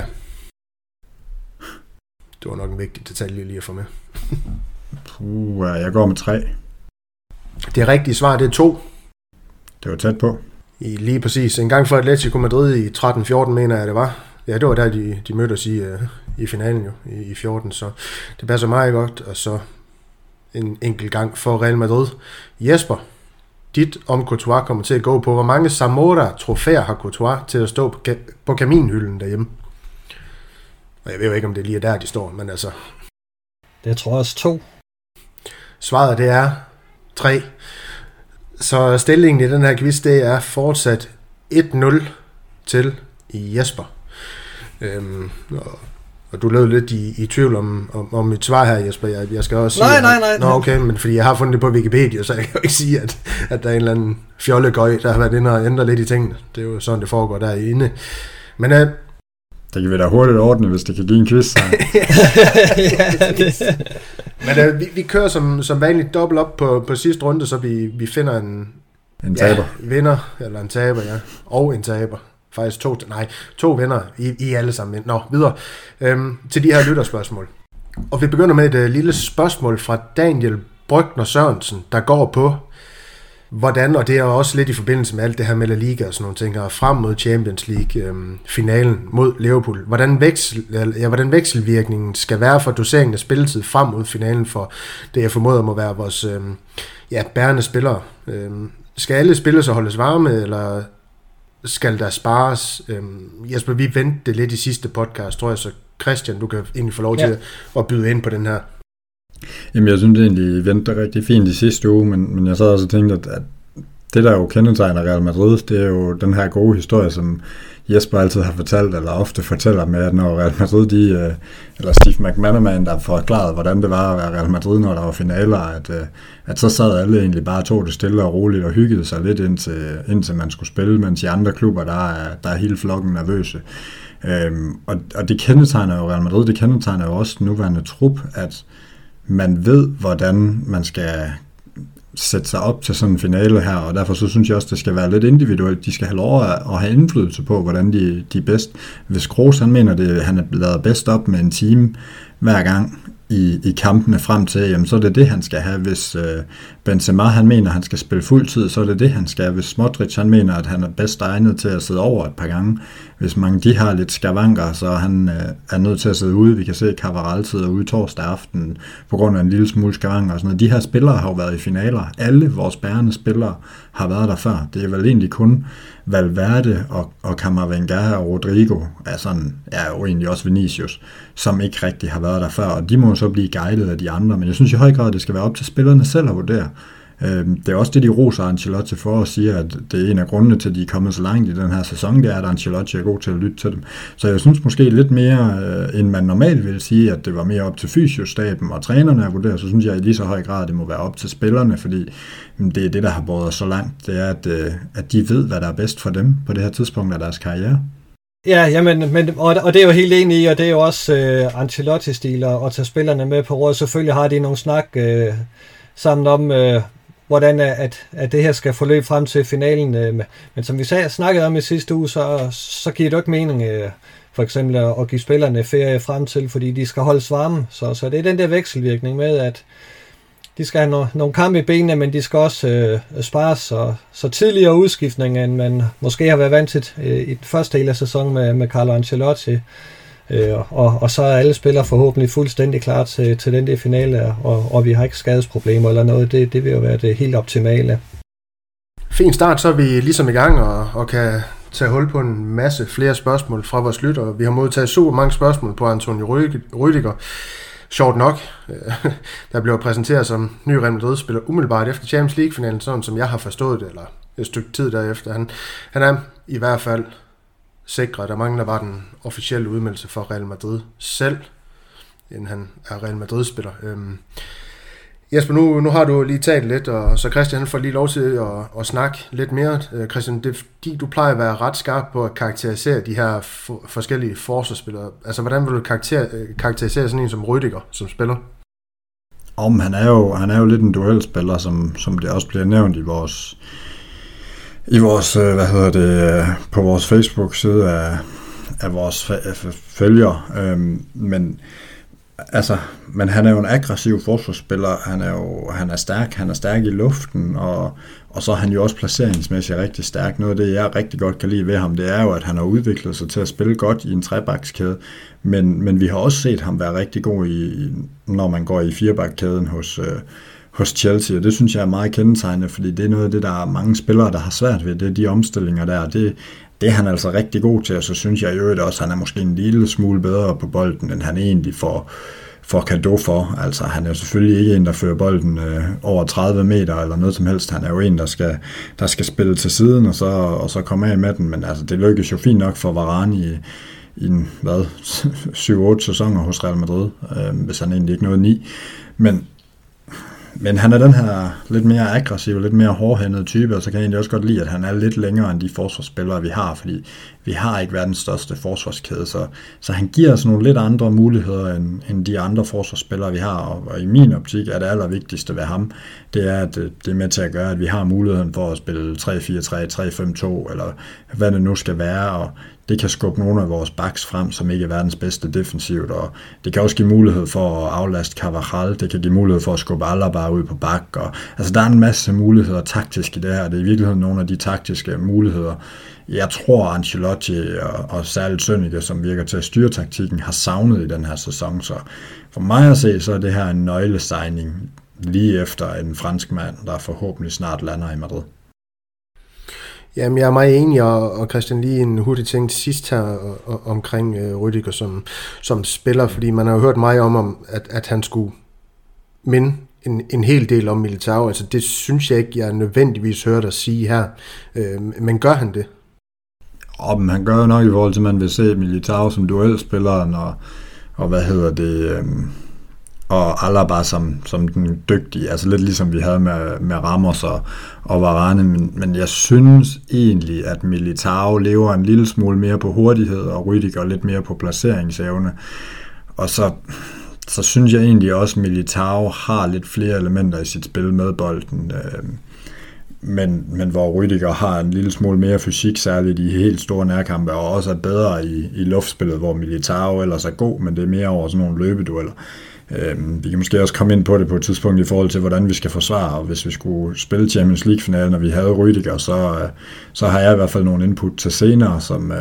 Det var nok en vigtig detalje lige at få med. Puh, jeg går med tre. Det rigtige svar, det er to. Det var tæt på. I lige præcis. En gang for Atletico Madrid i tretten fjorten, mener jeg det var. Ja, det var der, de, de mødtes i, uh, i finalen jo, i, i fjorten, så det passer meget godt, og så en enkelt gang for Real Madrid. Jesper, dit om Courtois kommer til at gå på. Hvor mange Zamora-trofæer har Courtois til at stå på, på kaminhylden derhjemme? Og jeg ved jo ikke, om det lige er der, de står, men altså... Det tror jeg også to. Svaret, det er tre. Så stillingen i den her quiz, det er fortsat et nul til Jesper. Øhm, og, og du lød lidt i, i tvivl om, om, om mit svar her, Jesper. Jeg, jeg skal også nej, sige... Nej, nej, nej. Nå, okay, men fordi jeg har fundet det på Wikipedia, så jeg kan jo ikke sige, at, at der er en eller anden fjollegøj, der har været inde og ændret lidt i tingene. Det er jo sådan, det foregår derinde. Men... Øh, det kan vi da hurtigt ordne, hvis det kan give en quiz. ja, det. Men øh, vi, vi kører som, som vanligt dobbelt op på, på sidste runde, så vi, vi finder en... En taber. Ja, vinder, eller en taber, ja. Og en taber. Faktisk to, nej, to vinder. I, I alle sammen. Nå, videre. Øhm, til de her lytterspørgsmål. Og vi begynder med et uh, lille spørgsmål fra Daniel Brygner Sørensen, der går på, hvordan, og det er også lidt i forbindelse med alt det her med La Liga og sådan nogle ting, og frem mod Champions League øhm, finalen mod Liverpool. Hvordan, veksel, ja, hvordan vekselvirkningen skal være for doseringen af spilletid frem mod finalen for det, jeg formoder må være vores øhm, ja, bærende spillere. Øhm, skal alle spillere så holdes varme, eller skal der spares? Øhm, Jesper, vi vendte det lidt i sidste podcast, tror jeg, så Christian, du kan egentlig få lov til ja. at byde ind på den her. Jamen, jeg synes egentlig, I vendte det rigtig fint i sidste uge, men, men jeg så også tænkt, at, at det, der jo kendetegner Real Madrid, det er jo den her gode historie, som Jesper altid har fortalt, eller ofte fortæller med, at når Real Madrid, de, eller Steve McManaman, der forklarede, hvordan det var at være Real Madrid, når der var finaler, at, at så sad alle egentlig bare tog det stille og roligt og hyggede sig lidt, indtil, indtil man skulle spille, mens i andre klubber, der er, der er hele flokken nervøse. Øhm, og, og det kendetegner jo Real Madrid, det kendetegner jo også den nuværende trup, at man ved, hvordan man skal sætte sig op til sådan en finale her, og derfor så synes jeg også, det skal være lidt individuelt. De skal have lov at, at have indflydelse på, hvordan de, de er bedst. Hvis Kroos, han mener, det, han er lavet bedst op med en team hver gang i, i kampene frem til, jamen så er det det, han skal have. Hvis øh, Benzema, han mener, han skal spille fuld tid, så er det det, han skal. Hvis Modric, han mener, at han er bedst egnet til at sidde over et par gange. Hvis mange de har lidt skavanker, så han øh, er nødt til at sidde ude. Vi kan se, at Cavaral sidder ude torsdag aften på grund af en lille smule skavanker og sådan noget. De her spillere har jo været i finaler. Alle vores bærende spillere har været der før. Det er vel egentlig kun Valverde og, og Camavinga og Rodrigo, er sådan, er jo egentlig også Vinicius, som ikke rigtig har været der før, og de må så blive guidet af de andre, men jeg synes i høj grad, at det skal være op til spillerne selv at vurdere. Det er også det, de roser Ancelotti for at sige, at det er en af grundene til, at de er kommet så langt i den her sæson, det er, at Ancelotti er god til at lytte til dem. Så jeg synes måske lidt mere, end man normalt vil sige, at det var mere op til fysiostaben og trænerne at vurdere, så synes jeg i lige så høj grad, at det må være op til spillerne, fordi det er det, der har båret så langt, det er, at, at de ved, hvad der er bedst for dem på det her tidspunkt af deres karriere. Ja, jamen, men, og, og det er jo helt enig i, og det er jo også uh, Ancelotti-stil at, at tage spillerne med på råd. Selvfølgelig har de nogle snak uh, sammen om, uh, hvordan at, at det her skal forløbe frem til finalen. Uh, men som vi sag, snakkede om i sidste uge, så, så giver det jo ikke mening uh, for eksempel at, at give spillerne ferie frem til, fordi de skal holdes varme. Så, så det er den der vekselvirkning med, at de skal have no, nogle kampe i benene, men de skal også øh, spares så, så tidligere udskiftning, end man måske har været vant til øh, i den første del af sæsonen med, med Carlo Ancelotti. Øh, og, og så er alle spillere forhåbentlig fuldstændig klar til, til den der finale, og, og vi har ikke skadesproblemer eller noget. Det, det vil jo være det helt optimale. Fin start, så er vi ligesom i gang og, og kan tage hul på en masse flere spørgsmål fra vores lyttere. Vi har modtaget super mange spørgsmål på Antonio Rüdiger. Sjovt nok, der blev præsenteret som ny Real Madrid-spiller umiddelbart efter Champions League-finalen, sådan som jeg har forstået det, eller et stykke tid derefter. Han, han er i hvert fald sikret, der mangler var den officielle udmeldelse for Real Madrid selv, inden han er Real Madrid-spiller. Øhm, Jesper, nu, nu har du lige talt lidt, og så Christian han får lige lov til at, at snakke lidt mere. Christian, det er fordi, du plejer at være ret skarp på at karakterisere de her for, forskellige forsvarsspillere. Altså, hvordan vil du karakter, karakterisere sådan en som Rüdiger som spiller? Om han er jo han er jo lidt en duelspiller, som som det også bliver nævnt i vores i vores hvad hedder det på vores Facebook side af af vores følgere, øhm, men Altså, men han er jo en aggressiv forsvarsspiller, han er jo han er stærk, han er stærk i luften, og, og så er han jo også placeringsmæssigt rigtig stærk. Noget af det, jeg rigtig godt kan lide ved ham, det er jo, at han har udviklet sig til at spille godt i en trebakskæde, men, men vi har også set ham være rigtig god, i, når man går i firebakkæden hos, øh, hos Chelsea, og det synes jeg er meget kendetegnende, fordi det er noget af det, der er mange spillere, der har svært ved, det er de omstillinger der, det Det er han altså rigtig god til, og så synes jeg jo også, at han er måske en lille smule bedre på bolden, end han egentlig får, får cadeau for. Altså, han er jo selvfølgelig ikke en, der fører bolden øh, over tredive meter eller noget som helst. Han er jo en, der skal, der skal spille til siden og så, og så komme af med den. Men altså, det lykkes jo fint nok for Varane i, i en, hvad, syv otte sæsoner hos Real Madrid, øh, hvis han egentlig ikke nåede ni. Men Men han er den her lidt mere aggressiv, lidt mere hårdhændet type, og så kan jeg egentlig også godt lide, at han er lidt længere end de forsvarsspillere, vi har, fordi vi har ikke verdens største forsvarskæde, så, så han giver os nogle lidt andre muligheder, end, end de andre forsvarsspillere, vi har, og, og i min optik er det allervigtigste ved ham, det er, at det er med til at gøre, at vi har muligheden for at spille tre fire tre, tre fem to, eller hvad det nu skal være, og det kan skubbe nogle af vores backs frem, som ikke er verdens bedste defensivt, og det kan også give mulighed for at aflaste Carvajal, det kan give mulighed for at skubbe Alaba ud på bak, og altså der er en masse muligheder taktisk i det her, det er i virkeligheden nogle af de taktiske muligheder, jeg tror Ancelotti og, og særligt Sønneke, som virker til at styre taktikken, har savnet i den her sæson, så for mig at se, så er det her en nøglesigning lige efter en fransk mand, der forhåbentlig snart lander i Madrid. Jamen, jeg er meget enig, og, og Christian, lige en hurtig ting til sidst her og, og, omkring øh, Rüdiger som, som spiller, fordi man har jo hørt meget om, om at, at han skulle minde en, en hel del om Militao. Altså, det synes jeg ikke, jeg nødvendigvis hørt at sige her. Øh, men gør han det? Og, men han gør jo nok i forhold til, at man vil se Militao som duelspilleren, og, og hvad hedder det... Øh... og Alaba som, som den dygtige, altså lidt ligesom vi havde med, med Ramos og, og Varane, men, men jeg synes egentlig, at Militao lever en lille smule mere på hurtighed, og Rüdiger lidt mere på placeringsevne, og så, så synes jeg egentlig også, at Militao har lidt flere elementer i sit spil med bolden, øh, men, men hvor Rüdiger har en lille smule mere fysik, særligt i helt store nærkampe, og også er bedre i, i luftspillet, hvor Militao ellers er god, men det er mere over sådan nogle løbedueller. Vi kan måske også komme ind på det på et tidspunkt i forhold til, hvordan vi skal forsvare, og hvis vi skulle spille Champions League-finalen, og vi havde Rüdiger, så, så har jeg i hvert fald nogle input til senere, som,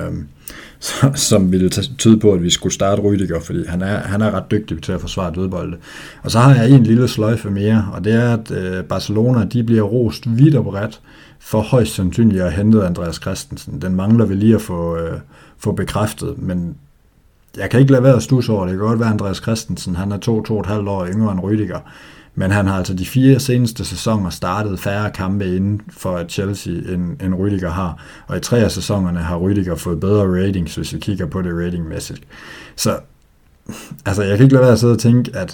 som ville tyde på, at vi skulle starte Rüdiger, fordi han er, han er ret dygtig til at forsvare dødbolde. Og så har jeg en lille sløjfe mere, og det er, at Barcelona de bliver rost vidt og bredt for højst sandsynligt at hente Andreas Christensen. Den mangler vi lige at få, få bekræftet, men jeg kan ikke lade være at stusse over det. Det kan godt være, Andreas Christensen, han er to, to og et halvt år yngre end Rüdiger, men han har altså de fire seneste sæsoner startet færre kampe inden for Chelsea, end, end Rüdiger har, og i tre af sæsonerne har Rüdiger fået bedre ratings, hvis vi kigger på det ratingmæssigt. Så altså, jeg kan ikke lade være at sidde og tænke, at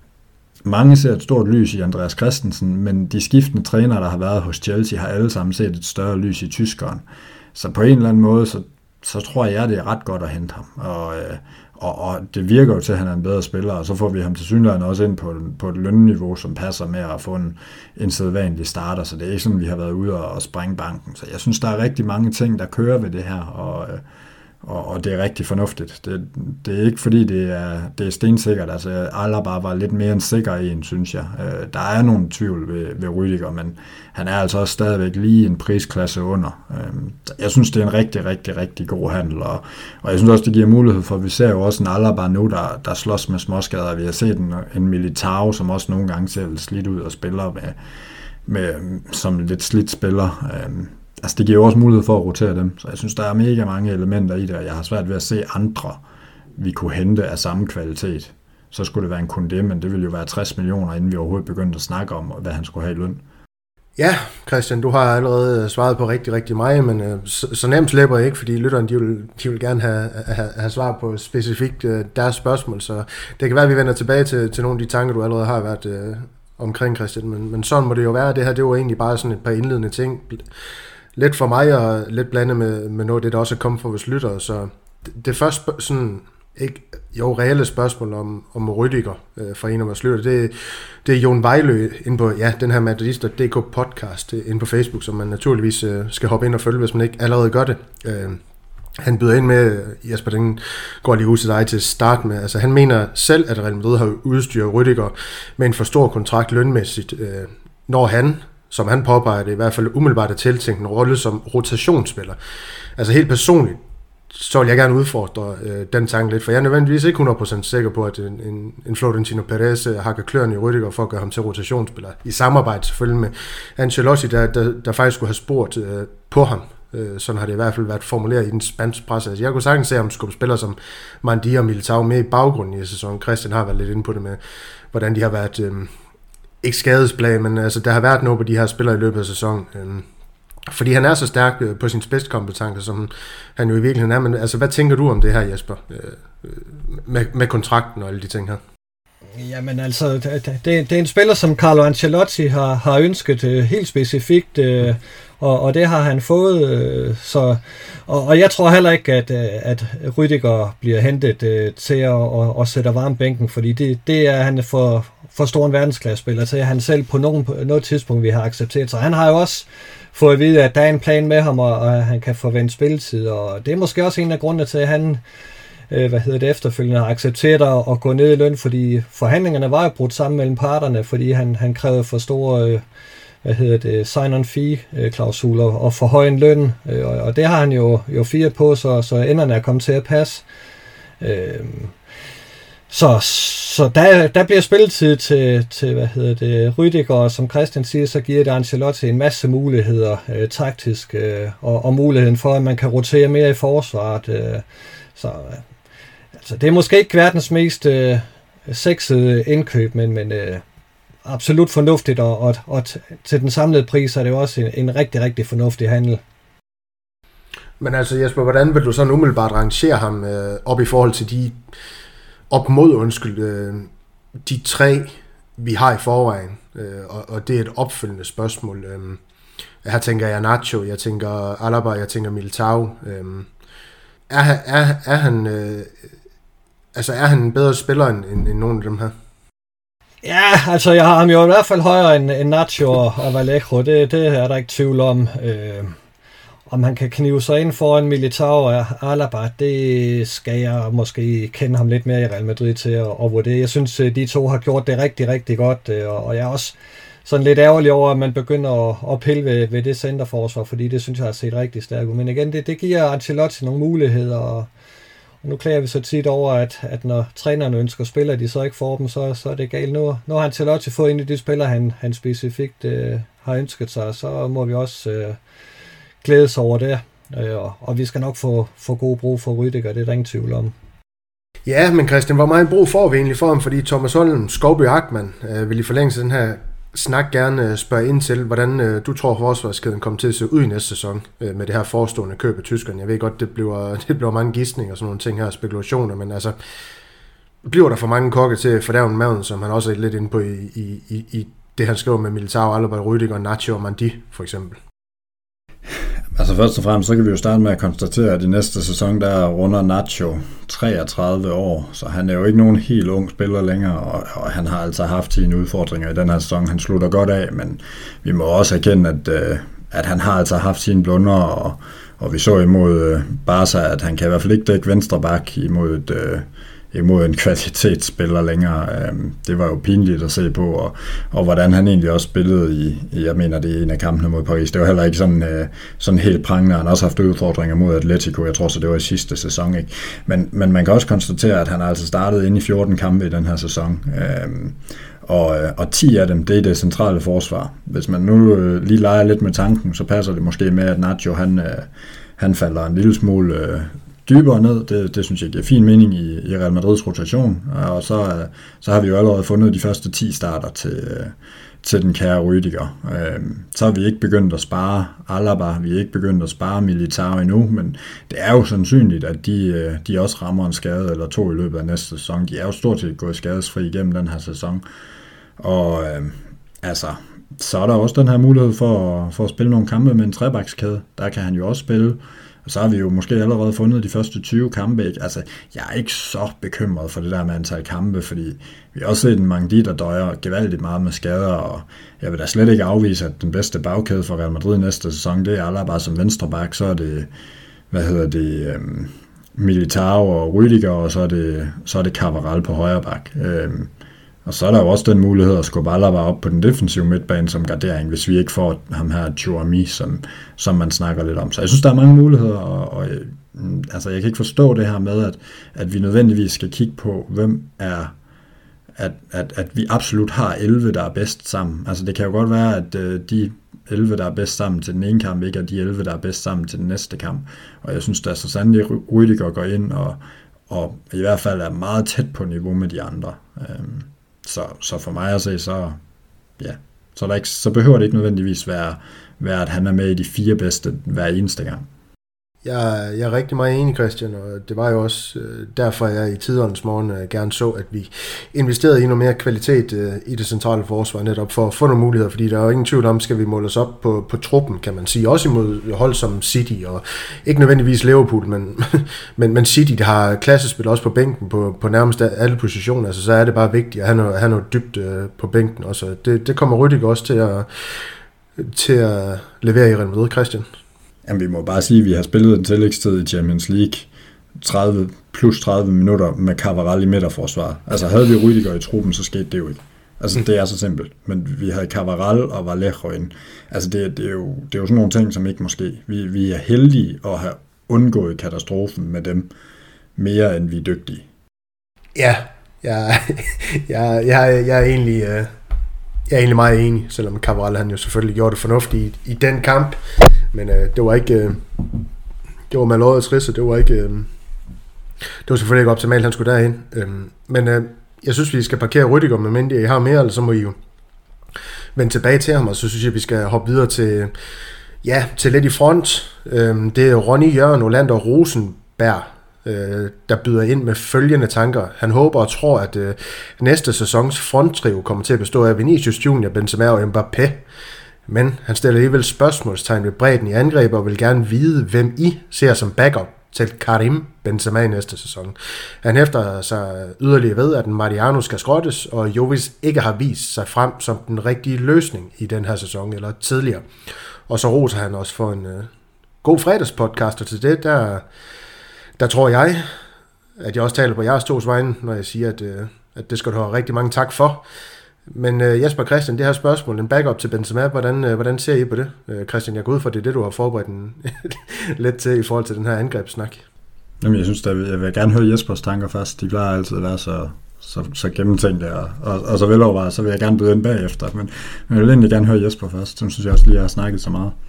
mange ser et stort lys i Andreas Christensen, men de skiftende trænere, der har været hos Chelsea, har alle sammen set et større lys i tyskeren. Så på en eller anden måde, så så tror jeg, det er ret godt at hente ham. Og, og, og det virker jo til, at han er en bedre spiller, og så får vi ham til synligheden også ind på, på et lønniveau, som passer med at få en, en sædvanlig starter, så det er ikke sådan, vi har været ude og sprænge banken. Så jeg synes, der er rigtig mange ting, der kører ved det her, og, og, og det er rigtig fornuftigt. Det, det er ikke fordi, det er, det er stensikkert. Altså, Alaba var lidt mere en sikker en, synes jeg. Der er nogle tvivl ved, ved Rüdiger, men han er altså også stadigvæk lige en prisklasse under. Jeg synes, det er en rigtig, rigtig, rigtig god handel, og, og jeg synes også, det giver mulighed for, at vi ser jo også en Alaba nu, der, der slås med småskader. Vi har set en, en Militao, som også nogle gange ser lidt slidt ud og spiller med, med, som lidt slidt spiller. Altså, det giver jo også mulighed for at rotere dem, så jeg synes, der er mega mange elementer i det, og jeg har svært ved at se andre, vi kunne hente af samme kvalitet. Så skulle det være en Koundé, men det ville jo være tres millioner, inden vi overhovedet begyndte at snakke om, hvad han skulle have i løn. Ja, Christian, du har allerede svaret på rigtig, rigtig meget, men øh, så, så nemt slipper jeg ikke, fordi lytterne, de vil, de vil gerne have, have, have svar på specifikt øh, deres spørgsmål, så det kan være, at vi vender tilbage til, til nogle af de tanker, du allerede har været øh, omkring, Christian, men, men sådan må det jo være. Det her, det var egentlig bare sådan et par indledende ting, lidt for mig og lidt blandet med, med noget af det, der også er kommet fra vores lyttere, så det, det første sådan... Ikke, jo, reelle spørgsmål om, om Rüdiger øh, fra en af vores lytter. Det, det er Jon Vejlø inde på ja, den her Madridista punktum d k podcast inde på Facebook, som man naturligvis øh, skal hoppe ind og følge, hvis man ikke allerede gør det. Øh, han byder ind med, Jesper, den går lige ud til dig til at starte med. Altså, han mener selv, at Real Madrid har udstyret Rüdiger med en for stor kontrakt lønmæssigt, øh, når han, som han påpeger det, i hvert fald umiddelbart er tiltænkt en rolle som rotationsspiller. Altså helt personligt, så vil jeg gerne udfordre øh, den tanke lidt, for jeg er nødvendigvis ikke hundrede procent sikker på, at en, en, en Florentino Perez øh, hakker kløerne i Rüdiger for at gøre ham til rotationsspiller. I samarbejde selvfølgelig med Ancelotti, der, der, der faktisk skulle have spurgt øh, på ham. Øh, sådan har det i hvert fald været formuleret i den spanske presse. Altså, jeg kunne sagtens se ham skubbe spillere som Mandi og Militao med i baggrunden i sæsonen. Christian har været lidt inde på det med, hvordan de har været, øh, ikke skadesplag, men altså, der har været noget på de her spillere i løbet af sæsonen. Øh, Fordi han er så stærk på sin spidskompetencer, som han jo i virkeligheden er. Men altså, hvad tænker du om det her, Jesper? Med, med kontrakten og alle de ting her? Jamen altså, det, det er en spiller, som Carlo Ancelotti har, har ønsket helt specifikt, og, og det har han fået. Så, og, og jeg tror heller ikke, at, at Rüdiger bliver hentet til at og, og sætte varmbænken, fordi det, det er han for, for stor en verdensklassespiller til, at han selv på nogen, på noget tidspunkt vi har accepteret. Så han har jo også fået at vide, at der er en plan med ham, og, og han kan forvente spilletid, og det er måske også en af grundene til, at han øh, hvad hedder det, efterfølgende har accepteret at, at gå ned i løn, fordi forhandlingerne var jo brudt sammen mellem parterne, fordi han, han krævede for store øh, hvad hedder det, sign-on-fee-klausuler og for høj en løn, øh, og, og det har han jo, jo firet på, så, så enderne er kommet til at passe. Øh, Så, så der, der bliver spilletid til, til hvad hedder det, Rüdiger, og som Christian siger, så giver det Ancelotti en masse muligheder øh, taktisk, øh, og, og muligheden for, at man kan rotere mere i forsvaret. Øh, så øh, altså, det er måske ikke verdens mest øh, sexede indkøb, men, men øh, absolut fornuftigt, og, og, og til den samlede pris er det også en, en rigtig, rigtig fornuftig handel. Men altså Jesper, hvordan vil du sådan umiddelbart rangere ham øh, op i forhold til de op mod, undskyld, øh, de tre, vi har i forvejen, øh, og, og det er et opfølgende spørgsmål. Øh, her tænker jeg Nacho, jeg tænker Alaba, jeg tænker Militao. Øh, er, er, er, han, øh, altså er han en bedre spiller end, end, end nogen af dem her? Ja, altså jeg har ham jo i hvert fald højere end, end Nacho og, og Vallejo, det, det er der ikke tvivl om. Øh, Om han kan knive sig ind foran Militao og Alaba, det skal jeg måske kende ham lidt mere i Real Madrid til at, at vurdere. Jeg synes, de to har gjort det rigtig, rigtig godt, og jeg er også sådan lidt ærgerlig over, at man begynder at, at pille ved, ved det centerforsvar, fordi det synes jeg har set rigtig stærkt ud. Men igen, det, det giver Ancelotti nogle muligheder, og, og nu klager vi så tit over, at, at når trænerne ønsker spillere, de så ikke får dem, så, så er det galt. Nu, nu har Ancelotti fået en af de spillere, han, han specifikt øh, har ønsket sig, så må vi også Øh, glædes over det, øh, og vi skal nok få, få god brug for Rüdiger, det er der ingen tvivl om. Ja, men Christian, hvor meget brug får vi egentlig for ham, fordi Thomas Holm, Skovby Achmann, øh, vil i forlængelse af den her snak gerne spørge ind til, hvordan øh, du tror, forsvarskæden kommer til at se ud i næste sæson øh, med det her forestående køb af tyskerne. Jeg ved godt, det bliver, det bliver mange gidsninger og sådan nogle ting her, spekulationer, men altså, bliver der for mange kokke til at fordærve maven, som han også er lidt inde på i, i, i, i det, han skriver med Militao, Alaba, Rüdiger, Nacho og Mandi, for eksempel? Altså først og fremmest, så kan vi jo starte med at konstatere, at i næste sæson, der runder Nacho treogtredive år, så han er jo ikke nogen helt ung spiller længere, og, og han har altså haft sine udfordringer i den her sæson. Han slutter godt af, men vi må også erkende, at, øh, at han har altså haft sine blunder, og, og vi så imod øh, Barca, at han kan i hvert fald ikke dække venstre bak imod et... Øh, imod en kvalitetsspiller længere. Det var jo pinligt at se på, og, og hvordan han egentlig også spillede i, jeg mener, det er en af kampene mod Paris. Det var heller ikke sådan, sådan helt prangende. Han har også haft udfordringer mod Atletico. Jeg tror så, det var i sidste sæson, ikke? Men, men man kan også konstatere, at han altså startede inde i fjorten kampe i den her sæson. Og, og ti af dem, det er det centrale forsvar. Hvis man nu lige leger lidt med tanken, så passer det måske med, at Nacho, han, han falder en lille smule dybere ned. Det, det synes jeg giver fin mening i, i Real Madrids rotation, og så, så har vi jo allerede fundet de første ti starter til, til den kære Rüdiger. Så har vi ikke begyndt at spare Alaba, vi er ikke begyndt at spare Militao endnu, men det er jo sandsynligt, at de, de også rammer en skade eller to i løbet af næste sæson. De er jo stort set gået skadesfri igennem den her sæson, og øh, altså, så er der også den her mulighed for, for at spille nogle kampe med en trebakskæde. Der kan han jo også spille. Og så har vi jo måske allerede fundet de første tyve kampe. Ikke? Altså, jeg er ikke så bekymret for det der med antal kampe, fordi vi har også set en Mangdi, der døjer gevaldigt meget med skader, og jeg vil da slet ikke afvise, at den bedste bagkæde for Real Madrid næste sæson, det er Alaba som venstreback, så er det, hvad hedder det, øh, Militao og Rüdiger, og så er det, så er det Carvajal på højre bak. Øh, og så er der jo også den mulighed at skubbe Alaba op på den defensive midtbane som gardering, hvis vi ikke får ham her Tchouaméni, som, som man snakker lidt om. Så jeg synes, der er mange muligheder, og, og altså, jeg kan ikke forstå det her med, at, at vi nødvendigvis skal kigge på, hvem er, at, at, at vi absolut har elleve, der er bedst sammen. Altså det kan jo godt være, at øh, de elleve, der er bedst sammen til den ene kamp, ikke er de elleve, der er bedst sammen til den næste kamp. Og jeg synes, der er så sandelig Rüdiger går ind, og, og i hvert fald er meget tæt på niveau med de andre. Øhm, så, så for mig at se, så, ja, så, der ikke, så behøver det ikke nødvendigvis være, være, at han er med i de fire bedste hver eneste gang. Jeg, jeg er rigtig meget enig, Christian, og det var jo også øh, derfor, jeg i tidernes morgen øh, gerne så, at vi investerede i noget mere kvalitet øh, i det centrale forsvar, netop for at få nogle muligheder, fordi der er jo ingen tvivl om, skal vi måle os op på, på truppen, kan man sige, også imod hold som City, og ikke nødvendigvis Liverpool, men, men, men City, der har klassespil også på bænken på, på nærmest alle positioner, altså så er det bare vigtigt at have noget, have noget dybt øh, på bænken også. Det, det kommer Rüdiger også til at, til at levere i Real Madrid, Christian. Jamen, vi må bare sige, at vi har spillet en tillægstid i Champions League tredive plus tredive minutter med Carvajal i midterforsvaret. Altså havde vi Rüdiger i truppen, så skete det jo ikke. Altså det er så simpelt. Men vi havde Carvajal og Vallejo ind. Altså det, det, er jo, det er jo sådan nogle ting, som ikke må ske. Vi, vi er heldige at have undgået katastrofen med dem mere, end vi er dygtige. Ja, jeg, jeg, jeg, jeg er egentlig... Øh Jeg er egentlig meget enig, selvom Carvajal han jo selvfølgelig gjorde det fornuftigt i, i den kamp, men øh, det var ikke, øh, det var Malårets risse, det var ikke, øh, det var selvfølgelig ikke optimalt, han skulle derhen. Øh, men øh, jeg synes, vi skal parkere Rüdiger, med mindre I har mere, eller så må I jo vende tilbage til ham, og så synes jeg, vi skal hoppe videre til, ja, til lidt i front. Øh, det er Ronny, Jørgen, Olander og Rosenberg, der byder ind med følgende tanker. Han håber og tror, at øh, næste sæsons fronttrio kommer til at bestå af Vinicius Junior, Benzema og Mbappé. Men han stiller alligevel spørgsmålstegn ved bredden i angreb og vil gerne vide, hvem I ser som backup til Karim Benzema i næste sæson. Han hæfter sig yderligere ved, at Mariano skal skrottes, og Jovic ikke har vist sig frem som den rigtige løsning i den her sæson, eller tidligere. Og så roser han også for en øh, god fredagspodcast, og til det, der Der tror jeg, at jeg også taler på jeres tos vegne, når jeg siger, at, at det skal du have rigtig mange tak for. Men uh, Jesper Christian, det her spørgsmål, en backup til Benzema, hvordan, uh, hvordan ser I på det? Uh, Christian, jeg går ud fra, det er det, du har forberedt en lidt til i forhold til den her angrebssnak. Jamen, jeg synes, at jeg vil gerne høre Jespers tanker først. De plejer altid at være så, så, så gennemtænkte og, og, og så velovervejet, så vil jeg gerne byde ind bagefter. Men, men jeg vil egentlig gerne høre Jesper først, som synes jeg også lige har snakket så meget.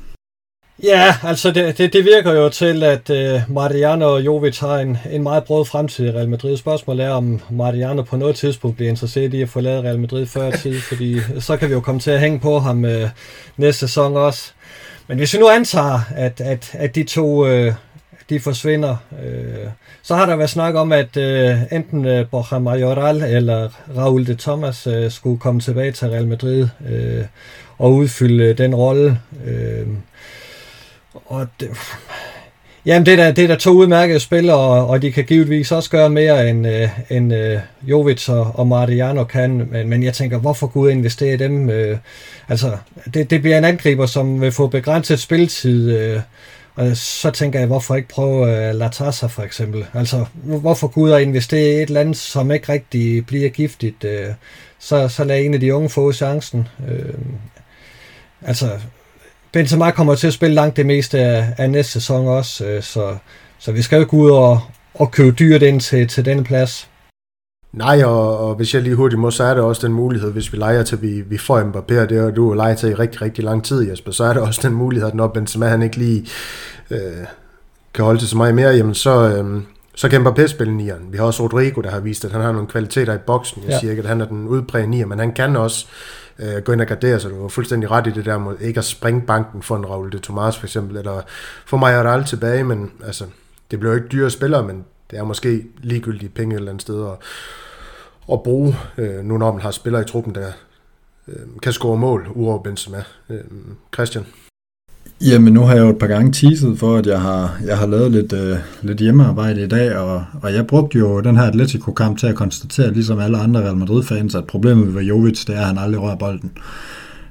Ja, altså det, det, det virker jo til, at uh, Mariano og Jovic har en, en meget bred fremtid i Real Madrid. Spørgsmålet er, om Mariano på noget tidspunkt bliver interesseret i at få lavet Real Madrid før tid, fordi så kan vi jo komme til at hænge på ham uh, næste sæson også. Men hvis vi nu antager, at, at, at de to uh, de forsvinder, uh, så har der været snak om, at uh, enten uh, Borja Mayoral eller Raúl de Tomás uh, skulle komme tilbage til Real Madrid uh, og udfylde uh, den rolle. Uh, Og det, jamen det er der, det er der to udmærkede spillere, og, og de kan givetvis også gøre mere end, øh, end øh, Jovic og, og Mariano kan, men, men jeg tænker, hvorfor Gud investere i dem? Øh, altså, det, det bliver en angriber, som vil få begrænset spilletid, øh, og så tænker jeg, hvorfor ikke prøve øh, Latasa for eksempel? Altså, hvorfor Gud at investere i et eller andet, som ikke rigtig bliver giftigt? Øh, så, så lad en af de unge få chancen. Øh, altså... Benzema kommer til at spille langt det meste af, af næste sæson også, så, så vi skal jo gå ud og, og købe dyrt ind til, til den plads. Nej, og, og hvis jeg lige hurtigt må, så er der også den mulighed, hvis vi leger til, vi, vi får Mbappé, og det har du leger til i rigtig, rigtig lang tid, Jesper, så er der også den mulighed, at når Benzema han ikke lige øh, kan holde til så meget mere, jamen så, øh, så kan Mbappé spille nieren. Vi har også Rodrigo, der har vist, at han har nogle kvaliteter i boksen. Jeg ja. siger ikke, at han er den udprægede nier, men han kan også øh, gå ind og gardere, så du var fuldstændig ret i det der mod ikke at springe banken for en Raúl de Tomás for eksempel, eller få Mayoral tilbage, men altså, det bliver jo ikke dyre spillere, men det er måske ligegyldige penge et eller andet sted, og, og bruge, øh, nu når man har spillere i truppen, der øh, kan score mål, uover Benzema. Øh, Christian? Jamen, nu har jeg jo et par gange teaset for, at jeg har, jeg har lavet lidt, øh, lidt hjemmearbejde i dag, og, og jeg brugte jo den her Atletico-kamp til at konstatere, ligesom alle andre Real Madrid-fans, at problemet ved Jovic, det er, at han aldrig rører bolden.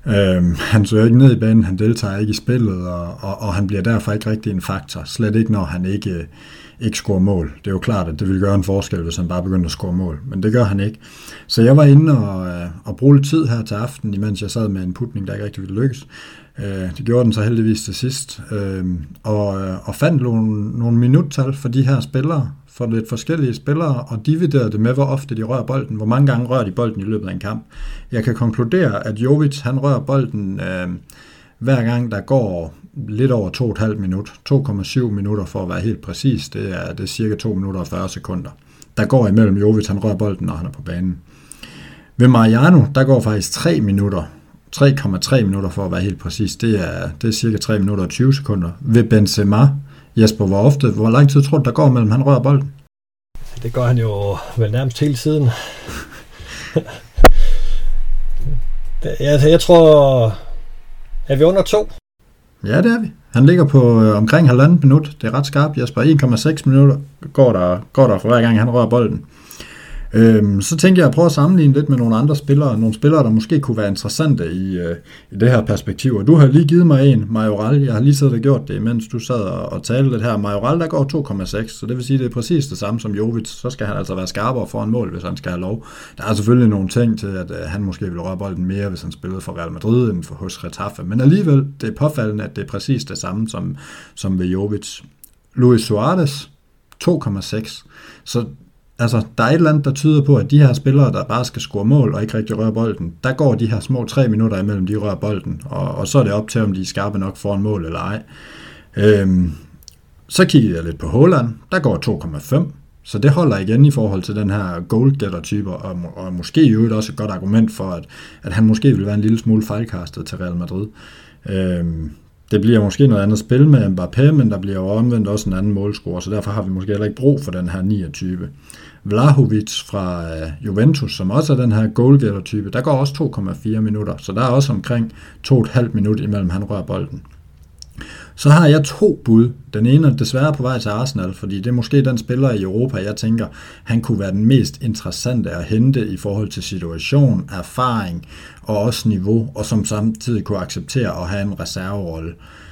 Øhm, han søger ikke ned i banen, han deltager ikke i spillet, og, og, og han bliver derfor ikke rigtig en faktor. Slet ikke, når han ikke, ikke scorer mål. Det er jo klart, at det ville gøre en forskel, hvis han bare begyndte at score mål, men det gør han ikke. Så jeg var inde og, og bruge lidt tid her til aften, imens jeg sad med en putning, der ikke rigtig ville lykkes. Det gjorde den så heldigvis til sidst, og, og fandt nogle, nogle minuttal for de her spillere, for lidt forskellige spillere, og dividerede det med, hvor ofte de rører bolden, hvor mange gange rører de bolden i løbet af en kamp. Jeg kan konkludere, at Jovic, han rører bolden øh, hver gang, der går lidt over to komma fem minut, to komma syv minutter for at være helt præcis, det er, det er cirka to minutter og fyrre sekunder. Der går imellem Jovic, han rører bolden, når han er på banen. Ved Mariano, der går faktisk tre minutter, tre komma tre minutter for at være helt præcis, det er, det er cirka tre minutter og tyve sekunder. Ved Benzema, Jesper, hvor ofte, hvor lang tid tror du, der går mellem han rører bolden? Det gør han jo vel nærmest hele tiden. altså, jeg tror, er vi under to? Ja, det er vi. Han ligger på øh, omkring halvandet minut. Det er ret skarpt, Jesper. en komma seks minutter går der, går der for hver gang, han rører bolden. Øhm, så tænkte jeg at prøve at sammenligne lidt med nogle andre spillere, nogle spillere, der måske kunne være interessante i, øh, i det her perspektiv. Og du har lige givet mig en, Majoral. Jeg har lige siddet og gjort det, mens du sad og, og talte lidt her. Majoral, der går to komma seks, så det vil sige, det er præcis det samme som Jovic. Så skal han altså være skarpere for en mål, hvis han skal have lov. Der er selvfølgelig nogle ting til, at øh, han måske vil røre bolden mere, hvis han spillede for Real Madrid end for hos Getafe. Men alligevel, det er påfaldende, at det er præcis det samme som, som ved Jovic. Luis Suarez, to komma seks. Så altså, der er et eller andet, der tyder på, at de her spillere, der bare skal score mål og ikke rigtig røre bolden, der går de her små tre minutter imellem, de rører bolden, og, og så er det op til, om de er skarpe nok foran mål eller ej. Øhm, så kiggede jeg lidt på Haaland, der går to komma fem, så det holder igen i forhold til den her goalgetter-typer, og, og måske i øvrigt også et godt argument for, at, at han måske vil være en lille smule fejlkastet til Real Madrid. Øhm, Det bliver måske noget andet spil med Mbappé, men der bliver jo omvendt også en anden målscorer, så derfor har vi måske heller ikke brug for den her niogtyve. Vlahovic fra Juventus, som også er den her goalgetter-type, der går også to komma fire minutter, så der er også omkring to komma fem minut imellem han rører bolden. Så har jeg to bud. Den ene er desværre på vej til Arsenal, fordi det er måske den spiller i Europa, jeg tænker, han kunne være den mest interessante at hente i forhold til situation, erfaring og også niveau, og som samtidig kunne acceptere at have en reserverolle.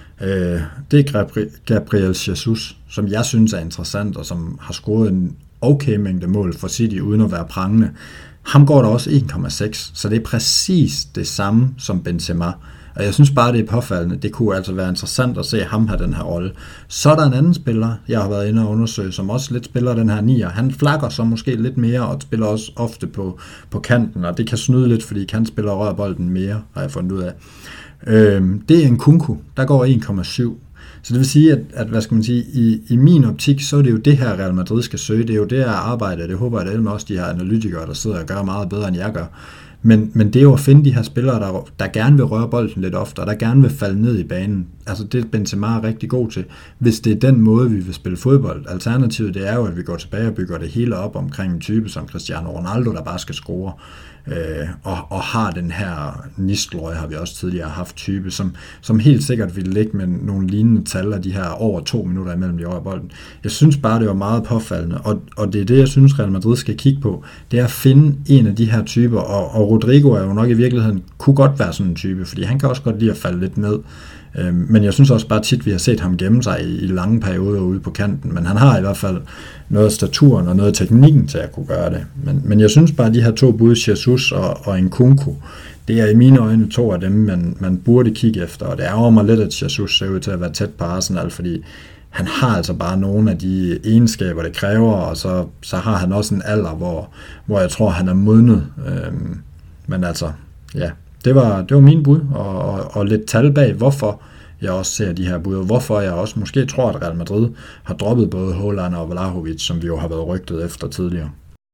Det er Gabriel Jesus, som jeg synes er interessant, og som har scoret en okay mængde mål for City, uden at være prangende. Ham går der også en komma seks, så det er præcis det samme som Benzema. Og jeg synes bare, det er påfaldende. Det kunne altså være interessant at se ham have den her rolle. Så er der en anden spiller, jeg har været inde og undersøge, som også lidt spiller den her nier. Han flakker så måske lidt mere, og spiller også ofte på, på kanten, og det kan snyde lidt, fordi kan spiller rører bolden mere, har jeg fundet ud af. Øhm, det er en Nkunku, der går en komma syv. Så det vil sige, at, at hvad skal man sige, i, i min optik, så er det jo det her, Real Madrid skal søge. Det er jo det her arbejde. Det håber jeg, at også de her analytikere, der sidder og gør meget bedre, end jeg gør. Men, men det er jo at finde de her spillere, der, der gerne vil røre bolden lidt oftere, der gerne vil falde ned i banen. Altså det Benzema er rigtig god til, hvis det er den måde, vi vil spille fodbold. Alternativet det er jo, at vi går tilbage og bygger det hele op omkring en type som Cristiano Ronaldo, der bare skal score. Øh, og, og har den her Nistelrooy, har vi også tidligere haft type, som, som helt sikkert ville ligge med nogle lignende tal af de her over to minutter imellem de over bolden. Jeg synes bare, det var meget påfaldende, og, og det er det, jeg synes, Real Madrid skal kigge på, det er at finde en af de her typer, og, og Rodrigo er jo nok i virkeligheden, kunne godt være sådan en type, fordi han kan også godt lide at falde lidt ned. Men jeg synes også bare tit, vi har set ham gemme sig i, i lange perioder ude på kanten, men han har i hvert fald noget af staturen og noget af teknikken til at kunne gøre det. Men, men jeg synes bare, at de her to bud, Jesus og, og Nkunku, det er i mine øjne to af dem, man, man burde kigge efter, og det ærger mig lidt, at Jesus ser ud til at være tæt på Arsenal, fordi han har altså bare nogle af de egenskaber, det kræver, og så, så har han også en alder, hvor, hvor jeg tror, han er modnet. Øhm, men altså, ja, det var, det var min bud, og, og, og lidt tal bag, hvorfor jeg også ser de her bud, og hvorfor jeg også måske tror, at Real Madrid har droppet både Haaland og Vlahovic, som vi jo har været rygtet efter tidligere.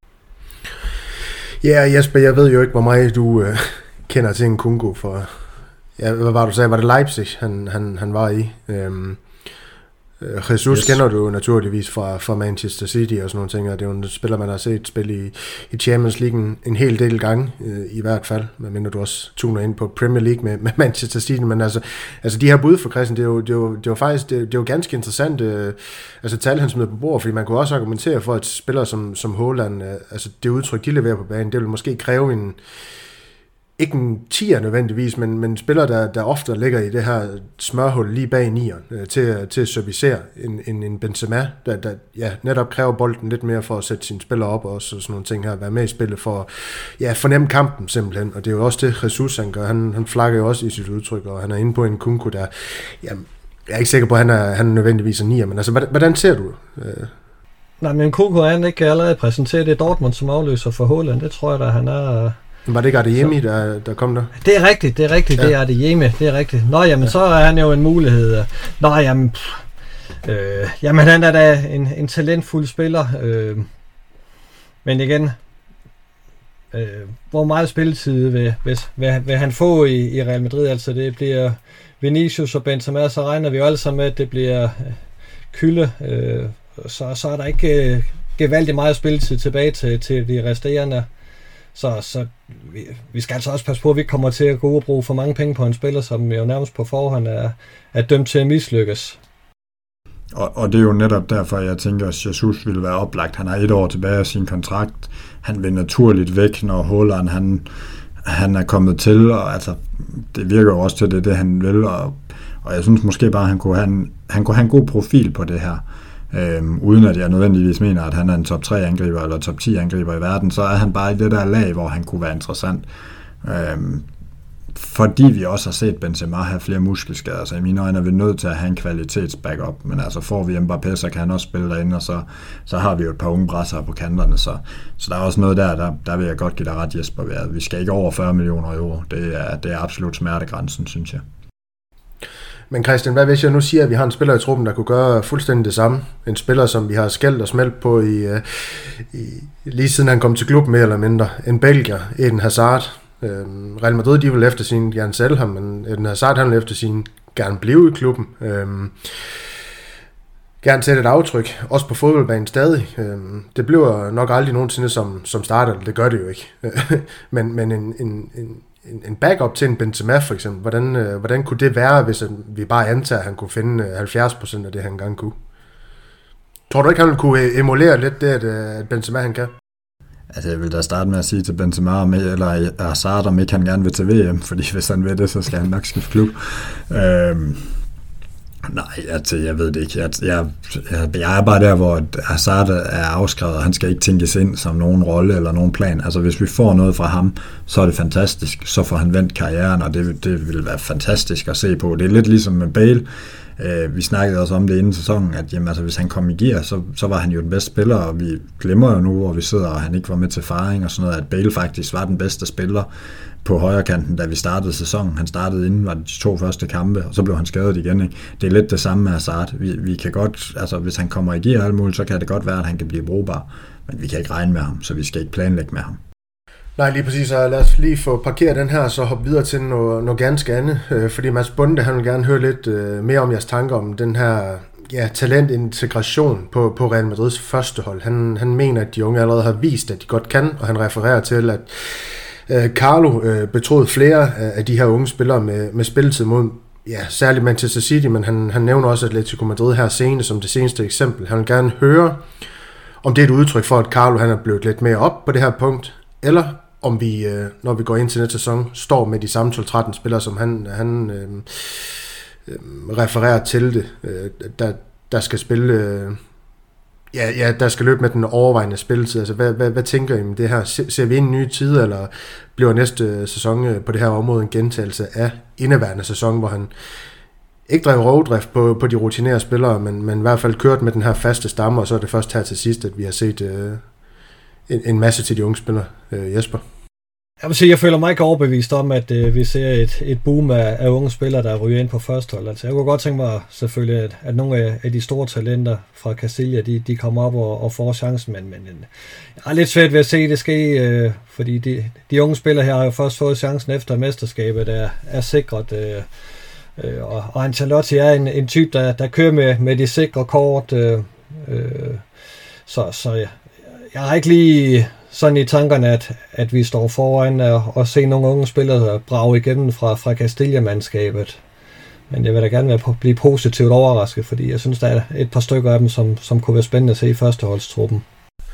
Ja, Jesper, jeg ved jo ikke, hvor meget du øh, kender til Nkunku, for ja, hvad var du sagde, var det Leipzig, han, han, han var i? Øhm, Jesus yes. Kender du jo naturligvis fra, fra Manchester City og sådan nogle ting, og det er jo en spiller, man har set spille i, i Champions League en, en hel del gange, øh, i hvert fald, medmindre du også tuner ind på Premier League med, med Manchester City, men altså, altså de her bud for Christian, det er jo, det er jo, det er jo faktisk, det er, det er jo ganske interessant, øh, altså tal han smider på bord, fordi man kunne også argumentere for, at spillere som, som Haaland, øh, altså det udtryk, de leverer på banen, det vil måske kræve en ikke en tier nødvendigvis, men, men spiller, der, der ofte ligger i det her smørhul lige bag nieren, øh, til, til at servicere en, en, en Benzema, der, der ja, netop kræver bolden lidt mere for at sætte sine spillere op, og så sådan nogle ting her, være med i spillet for ja, fornemme kampen simpelthen, og det er jo også det, Jesus han gør, han, han flakker jo også i sit udtryk, og han er inde på en Nkunku, der, jamen, jeg er ikke sikker på, at han er, han er nødvendigvis en nier, men altså, hvordan, hvordan ser du? Øh? Nej, men Nkunku er han ikke allerede præsenteret i Dortmund som afløser for Haaland, det tror jeg da, han er... Var det ikke Adeyemi, der, der kom der? Det er rigtigt, det er rigtigt, ja. Det er Adeyemi, det er rigtigt. Nå, jamen, ja. Så er han jo en mulighed. Nå, jamen, pff, øh, jamen han er da en, en talentfuld spiller. Øh, men igen, øh, hvor meget spilletid vil, vil, vil, vil han få i, i Real Madrid? Altså, det bliver Vinicius og Benzema, så regner vi jo alle sammen med, at det bliver Kylde. Øh, så, så er der ikke øh, gevaldigt meget spilletid tilbage til, til de resterende. Så, så vi, vi skal altså også passe på, at vi ikke kommer til at gå ud og bruge for mange penge på en spiller, som jo nærmest på forhånd er, er dømt til at mislykkes. Og, og det er jo netop derfor, jeg tænker, at Jesus ville være oplagt. Han har et år tilbage af sin kontrakt. Han vil naturligt væk, når Haaland han, han er kommet til. Og altså, det virker jo også til, det det, han vil. Og, og jeg synes måske bare, at han kunne have en, han kunne have en god profil på det her. Øhm, uden at jeg nødvendigvis mener, at han er en top tre angriber eller top ti angriber i verden, så er han bare i det der lag, hvor han kunne være interessant. Øhm, fordi vi også har set Benzema have flere muskelskader, så i mine øjne er vi nødt til at have en kvalitetsbackup, men altså får vi Mbappé, så kan han også spille derinde, og så, så har vi jo et par unge brasser på kanterne, så, så der er også noget der, der, der vil jeg godt give dig ret, Jesper, ved. Vi skal ikke over fyrre millioner euro, det er, det er absolut smertegrænsen, synes jeg. Men Christian, hvad hvis jeg nu siger, at vi har en spiller i truppen, der kunne gøre fuldstændig det samme? En spiller, som vi har skældt og smelt på i, i lige siden han kom til klubben mere eller mindre. En belgier, Eden Hazard. Øhm, Real Madrid, de vil efter sin gerne sælge ham, men Eden Hazard, han vil efter sin gerne blive i klubben. Øhm, gerne sætte et aftryk, også på fodboldbanen stadig. Øhm, det bliver nok aldrig nogensinde som, som starter, det gør det jo ikke. men men en, en, en en backup til en Benzema for eksempel, hvordan, øh, hvordan kunne det være, hvis vi bare antager, at han kunne finde halvfjerds procent af det, han engang kunne? Tror du ikke, han ville kunne emulere lidt det, at, at Benzema han kan? Altså, jeg vil da starte med at sige til Benzema, eller Hazard, om ikke han gerne vil til V M, fordi hvis han vil det, så skal han nok skifte klub. Øhm, nej, altså, jeg ved det ikke. Jeg, jeg, jeg, jeg er bare der, hvor Hazard er afskrevet, og han skal ikke tænkes ind som nogen rolle eller nogen plan. Altså, hvis vi får noget fra ham, så er det fantastisk. Så får han vendt karrieren, og det, det vil være fantastisk at se på. Det er lidt ligesom med Bale. Uh, vi snakkede også om det inden sæsonen, at jamen, altså, hvis han kom i gear, så, så var han jo den bedste spiller, og vi glemmer jo nu, hvor vi sidder, og han ikke var med til fejring og sådan noget, at Bale faktisk var den bedste spiller på højre kanten, da vi startede sæsonen. Han startede inden, var de to første kampe, og så blev han skadet igen. Ikke? Det er lidt det samme med Hazard. Vi, vi kan godt, altså hvis han kommer i gear alt muligt, så kan det godt være, at han kan blive brugbar, men vi kan ikke regne med ham, så vi skal ikke planlægge med ham. Nej, lige præcis, så lad os lige få parkeret den her, så hoppe videre til noget, noget ganske andet, øh, fordi Mads Bunde, han vil gerne høre lidt øh, mere om jeres tanker om den her ja, talentintegration på, på Real Madrids første hold. Han, han mener, at de unge allerede har vist, at de godt kan, og han refererer til, at øh, Carlo øh, betroede flere af de her unge spillere med, med spilletid mod ja, særligt Manchester City, men han, han nævner også Atletico Madrid her senere som det seneste eksempel. Han vil gerne høre, om det er et udtryk for, at Carlo han er blevet lidt mere op på det her punkt, eller om vi, når vi går ind til næste sæson, står med de samme tolv tretten spillere, som han, han øh, øh, refererer til det, øh, der, der skal spille, øh, ja, ja, der skal løbe med den overvejende spilletid. Altså, hvad, hvad, hvad tænker I om det her? Ser vi ind i nye tider, eller bliver næste sæson på det her område en gentagelse af indeværende sæson, hvor han ikke drev rovdrift på, på de rutinerede spillere, men, men i hvert fald kørt med den her faste stamme, og så er det først her til sidst, at vi har set øh, en, en masse til de unge spillere. Øh, Jesper? Jeg vil sige, jeg føler mig ikke overbevist om, at øh, vi ser et, et boom af, af unge spillere, der ryger ind på første hold. Altså, jeg kunne godt tænke mig selvfølgelig, at, at nogle af, af de store talenter fra Castilla, de, de kommer op og, og får chancen, men, men jeg er lidt svært ved at se det ske, øh, fordi de, de unge spillere her har jo først fået chancen efter mesterskabet, der er sikret. Øh, øh, og, og Ancelotti er en, en type, der, der kører med, med de sikre kort, øh, øh, så, så jeg, jeg har ikke lige sådan i tankerne, at, at vi står foran og, og se nogle unge spillere brage igennem fra, fra Castilla-mandskabet. Men jeg vil da gerne være på, blive positivt overrasket, fordi jeg synes, der er et par stykker af dem, som, som kunne være spændende at se i førsteholdstruppen.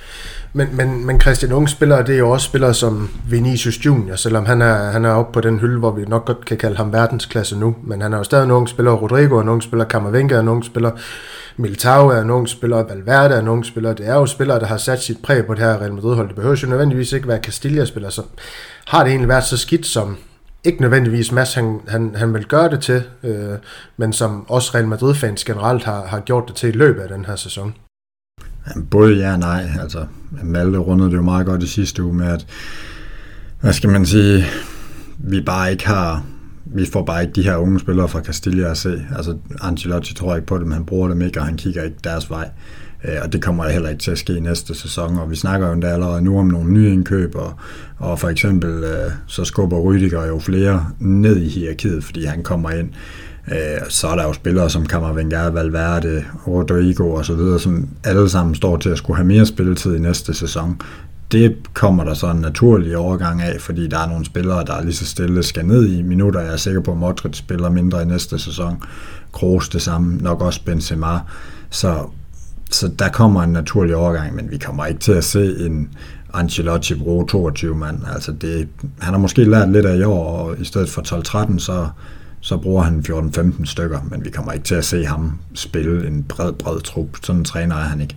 Men, men, men Christian, unge spillere, det er jo også spillere som Vinicius Junior, selvom han er, han er oppe på den hylde, hvor vi nok godt kan kalde ham verdensklasse nu, men han er jo stadig en ung spiller. Rodrigo er en ung spiller, Camavinga er en ung spiller, Militao er en ung spiller, Valverde er en ung spiller. Det er jo spillere, der har sat sit præg på det her Real Madrid-hold. Det behøver jo nødvendigvis ikke være Castilla-spiller, så har det egentlig været så skidt, som ikke nødvendigvis Mads, han, han, han vil gøre det til, øh, men som også Real Madrid-fans generelt har, har gjort det til i løbet af den her sæson. Både ja og nej. Altså, Malte rundede det jo meget godt i sidste uge med, at, hvad skal man sige, vi bare ikke har, vi får bare ikke de her unge spillere fra Castilla at se. Altså, Ancelotti tror ikke på dem, han bruger dem ikke, og han kigger ikke deres vej. Og det kommer heller ikke til at ske i næste sæson, og vi snakker jo endda allerede nu om nogle nye indkøb, og, og for eksempel så skubber Rüdiger jo flere ned i hierarkiet, fordi han kommer ind. Så er der jo spillere som Camavinga, Valverde, Rodrigo og så videre, som alle sammen står til at skulle have mere spilletid i næste sæson. Det kommer der så en naturlig overgang af, fordi der er nogle spillere, der lige så stille skal ned i minutter. Jeg er sikker på, at Modric spiller mindre i næste sæson. Kroos det samme, nok også Benzema. Så, så der kommer en naturlig overgang, men vi kommer ikke til at se en Ancelotti bruge toogtyve mand. Altså det, han har måske lært lidt af i år, og i stedet for tolv tretten, så så bruger han fjorten femten stykker, men vi kommer ikke til at se ham spille en bred, bred trup. Sådan en træner er han ikke.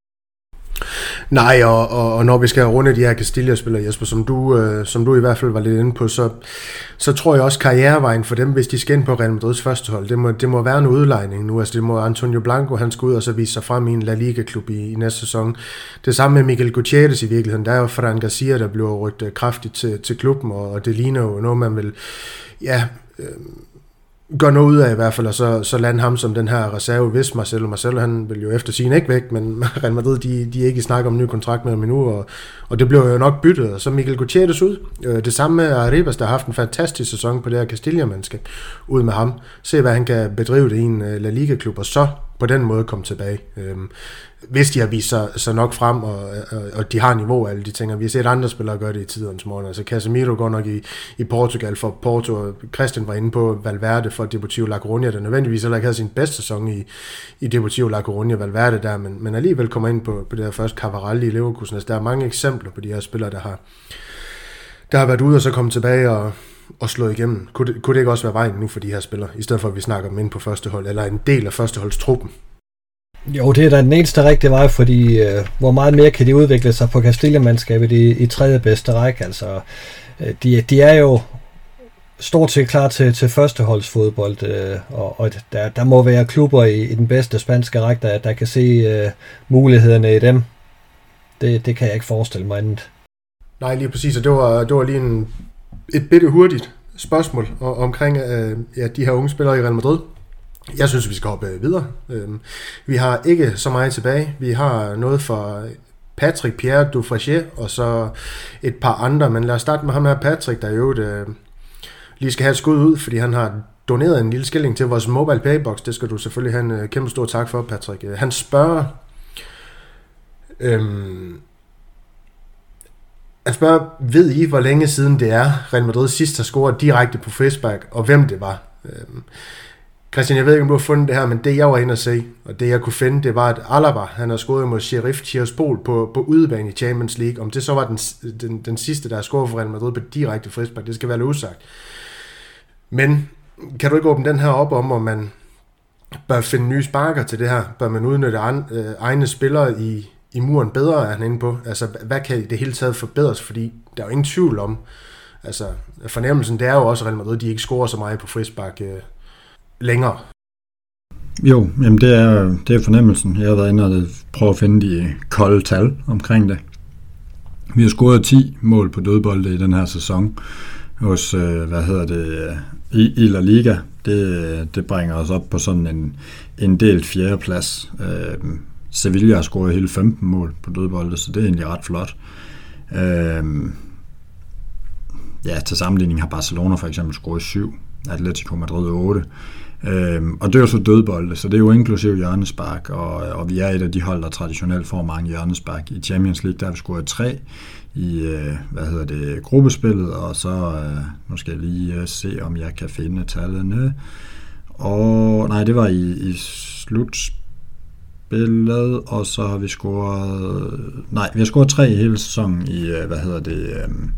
Nej, og, og, og når vi skal runde de her Castilla-spillere, Jesper, som du, øh, som du i hvert fald var lidt inde på, så, så tror jeg også karrierevejen for dem, hvis de skal ind på Real Madrids førstehold, det må, det må være en udlejning nu. Altså det må Antonio Blanco, han skal ud og så vise sig frem i en La Liga-klub i, i næste sæson. Det samme med Miguel Gutierrez i virkeligheden. Der er jo Fran Garcia, der bliver rykket kraftigt til, til klubben, og, og det ligner jo noget, man vil, ja, øh, gør noget ud af i hvert fald, og så, så lande ham som den her reserve, hvis Marcelo. Marcelo, han vil jo efter sin ikke væk, men Real Madrid, de, de er ikke i snak om en ny kontrakt med ham endnu, og, og det blev jo nok byttet, og så Miguel Gutierrez ud. Det samme med Arribas, der har haft en fantastisk sæson på det her Castilla-mandskab, ud med ham. Se, hvad han kan bedrive det i en La Liga-klub, og så på den måde komme tilbage. Øhm, hvis de har vist sig, sig nok frem, og, og, og de har niveau af alle de ting, og vi har set andre spillere gøre det i tidernes morgen. Altså Casemiro går nok i, i Portugal for Porto, og Christian var inde på Valverde for Deportivo La Coruña, der nødvendigvis heller ikke havde sin bedste sæson i, i Deportivo La Coruña, Valverde der, men, men alligevel kommer ind på, på det her første Cavaral i Leverkusen. Altså, der er mange eksempler på de her spillere, der har, der har været ude og så kommet tilbage og og slå igennem. Kunne det, kunne det ikke også være vejen nu for de her spillere, i stedet for at vi snakker dem ind på første hold, eller en del af førsteholdstruppen? Jo, det er da den eneste rigtige vej, fordi øh, hvor meget mere kan de udvikle sig på Castilla-mandskabet i, i tredje bedste række. Altså, øh, de, de er jo stort set klar til, til førsteholdsfodbold, øh, og, og der, der må være klubber i, i den bedste spanske række, der, der kan se øh, mulighederne i dem. Det, det kan jeg ikke forestille mig andet. Nej, lige præcis, og det var, det var lige en et bitte hurtigt spørgsmål omkring øh, ja, de her unge spillere i Real Madrid. Jeg synes, vi skal hoppe videre. Øh, vi har ikke så meget tilbage. Vi har noget for Patrick Pierre Dufresne og så et par andre, men lad os starte med ham her, Patrick, der jo øh, lige skal have et skud ud, fordi han har doneret en lille skilling til vores mobile paybox. Det skal du selvfølgelig have en øh, kæmpe stor tak for, Patrick. Han spørger... Øh, Han spørger, ved I, hvor længe siden det er, Real Madrid sidst har scoret direkte på frispark, og hvem det var? Øhm, Christian, jeg ved ikke, om du har fundet det her, men det, jeg var inde at se, og det, jeg kunne finde, det var, at Alaba, han har scoret mod Sheriff Tiraspol på, på udebane i Champions League. Om det så var den, den, den sidste, der har scoret for Real Madrid på direkte frispark, det skal være lidt usagt. Men kan du ikke åbne den her op om, om man bør finde nye sparker til det her? Bør man udnytte an, øh, egne spillere i... i muren bedre, er han inde på. Altså, hvad kan det hele taget forbedres? Fordi der er jo ingen tvivl om, altså, fornemmelsen, det er jo også, at Real Madrid, de ikke scorer så meget på frispark øh, længere. Jo, jamen det er, det er fornemmelsen. Jeg har været inde og prøve at finde de kolde tal omkring det. Vi har scoret ti mål på dødbolde i den her sæson hos, øh, hvad hedder det, i, i La Liga. Det, det bringer os op på sådan en, en delt fjerdeplads. Øh, Sevilla har scoret hele femten mål på dødbolde, så det er egentlig ret flot. Øhm, ja, til sammenligning har Barcelona for eksempel scoret syv, Atletico Madrid otte. Øhm, og det er jo så dødbolde, så det er jo inklusiv hjørnespark, og, og vi er et af de hold, der traditionelt får mange hjørnespark. I Champions League, der har vi scoret tre i, øh, hvad hedder det, gruppespillet, og så, øh, nu skal jeg lige øh, se, om jeg kan finde tallene. Og nej, det var i, i slut spillet, og så har vi scoret... Nej, vi har scoret tre i hele sæsonen i, hvad hedder det... Øhm,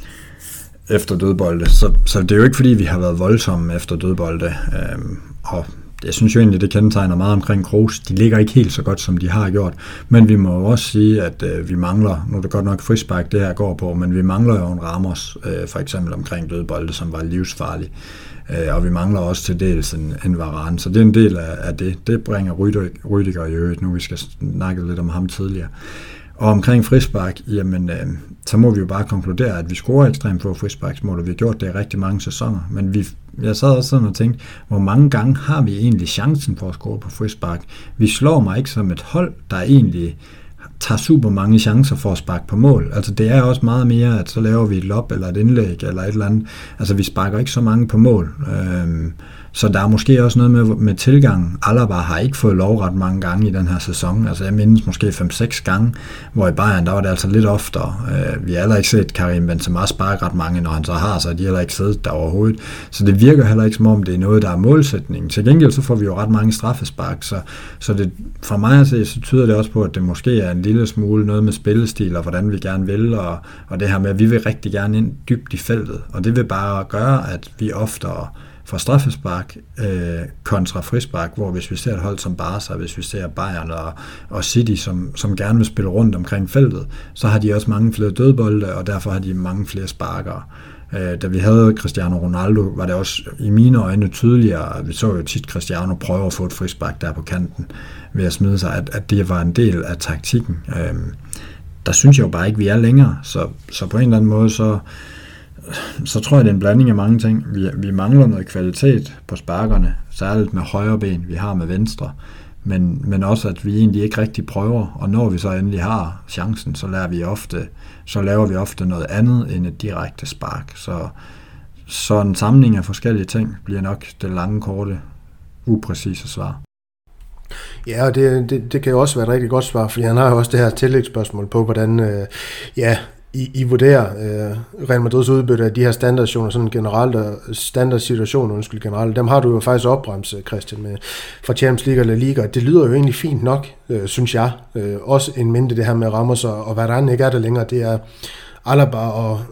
efter dødbolde. Så, så det er jo ikke, fordi vi har været voldsomme efter dødbolde. Øhm, og jeg synes jo egentlig, det kendetegner meget omkring Kroos. De ligger ikke helt så godt, som de har gjort. Men vi må jo også sige, at øh, vi mangler, nu er det godt nok frispark, det her går på, men vi mangler jo en Ramos, øh, for eksempel omkring dødbolde, som var livsfarlig. Øh, og vi mangler også til dels en, en Varane. Så det er en del af, af det. Det bringer Rüdiger i øvrigt, nu vi skal snakke lidt om ham tidligere. Og omkring frispark, jamen, øh, så må vi jo bare konkludere, at vi scorer ekstremt få frisparksmål, og vi har gjort det i rigtig mange sæsoner. Men vi, jeg sad også sådan og tænkte, hvor mange gange har vi egentlig chancen for at score på frispark? Vi slår mig ikke som et hold, der egentlig tager super mange chancer for at sparke på mål. Altså det er også meget mere, at så laver vi et lob eller et indlæg eller et eller andet. Altså vi sparker ikke så mange på mål. Øhm, så der er måske også noget med, med tilgang. Alaba har ikke fået lov ret mange gange i den her sæson. Altså jeg mindes måske fem seks gange, hvor i Bayern, der var det altså lidt oftere. Øh, vi har heller ikke set Karim Benzema sparke ret mange, når han så har, så de har heller ikke siddet der overhovedet. Så det virker heller ikke som om, det er noget, der er målsætningen. Til gengæld så får vi jo ret mange straffespark, så, så det, for mig at se, så tyder det også på, at det måske er en lille smule noget med spillestil, og hvordan vi gerne vil, og, og det her med, at vi vil rigtig gerne ind dybt i feltet. Og det vil bare gøre, at vi oftere for straffespark øh, kontra frispark, hvor hvis vi ser et hold som Barca, hvis vi ser Bayern og, og City, som, som gerne vil spille rundt omkring feltet, så har de også mange flere dødbolde, og derfor har de mange flere sparkere. Øh, da vi havde Cristiano Ronaldo, var det også i mine øjne tydeligere, at vi så jo tit Cristiano prøve at få et frispark der på kanten, ved at smide sig, at, at det var en del af taktikken. Øh, der synes jeg jo bare ikke, vi er længere, så, så på en eller anden måde, så så tror jeg, det er en blanding af mange ting. Vi, vi mangler noget kvalitet på sparkerne, særligt med højre ben, vi har med venstre, men, men også, at vi egentlig ikke rigtig prøver, og når vi så endelig har chancen, så laver vi ofte, så laver vi ofte noget andet end et direkte spark. Så, så en samling af forskellige ting bliver nok det lange, korte, upræcise svar. Ja, og det, det, det kan jo også være et rigtig godt svar, fordi han har jo også det her tillægsspørgsmål på, hvordan øh, ja, I, I vurderer øh, Real Madrids udbytte af de her standardsituationer, sådan generelt, og standardsituationer, undskyld generelt, dem har du jo faktisk opbremset, Christian, med, fra Champions League eller Liga. Det lyder jo egentlig fint nok, øh, synes jeg. Øh, også en mindre det her med Ramos, og, og hvad der ikke er der længere, det er Alaba og...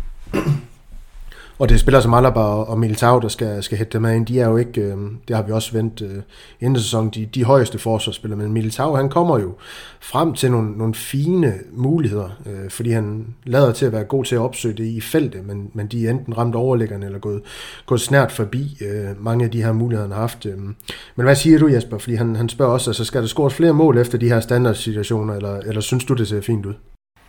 Og det er spillere som Alaba og Militao, der skal, skal hætte dem af ind. De er jo ikke, øh, det har vi også vendt øh, inden sæsonen, de, de højeste forsvarsspillere. Men Militao, han kommer jo frem til nogle, nogle fine muligheder, øh, fordi han lader til at være god til at opsøge det i feltet, men, men de er enten ramt overlæggerne eller gået, gået snært forbi øh, mange af de her muligheder, han har haft. Øh. Men hvad siger du, Jesper? Fordi han, han spørger også, altså, skal der scores flere mål efter de her standardsituationer, eller, eller synes du, det ser fint ud?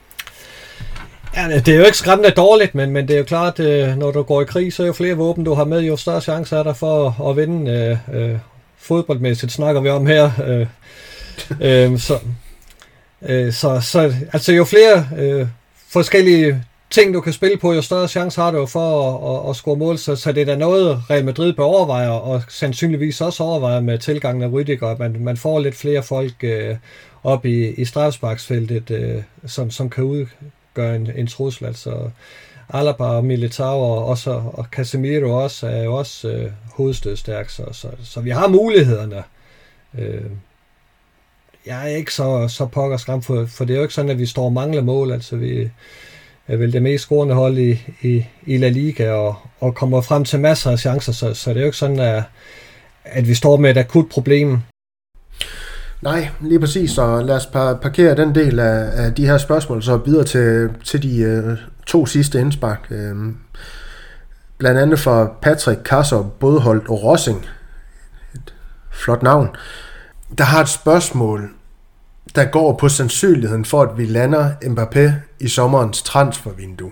Ja, det er jo ikke skræmmende dårligt, men, men det er jo klart, at når du går i krig, så er jo flere våben, du har med, jo større chancer er der for at vinde. Øh, øh, fodboldmæssigt snakker vi om her. Øh, øh, så, øh, så, så altså jo flere øh, forskellige ting, du kan spille på, jo større chance har du jo for at, at, at score mål. Så, så det er da noget, Real Madrid bør overveje, og sandsynligvis også overveje med tilgangen af Rüdiger, at man, man får lidt flere folk øh, op i, i straffesparksfeltet, øh, som, som kan ud gør en, en trussel, altså Alaba og Militao og, også, og Casemiro også er jo også øh, hovedstødstærk, så, så, så vi har mulighederne. Øh, jeg er ikke så, så pokker skræmt, for, for det er jo ikke sådan, at vi står og mangler mål, altså vi er vel det mest scorende hold i, i, i La Liga, og, og kommer frem til masser af chancer, så, så det er jo ikke sådan, at, at vi står med et akut problem. Nej, lige præcis, så lad os parkere den del af, af de her spørgsmål, så videre til, til de øh, to sidste indspark. Øh, blandt andet for Patrick Kasser, Bådholt og Rossing, et flot navn, der har et spørgsmål, der går på sandsynligheden for, at vi lander Mbappé i sommerens transfervindue.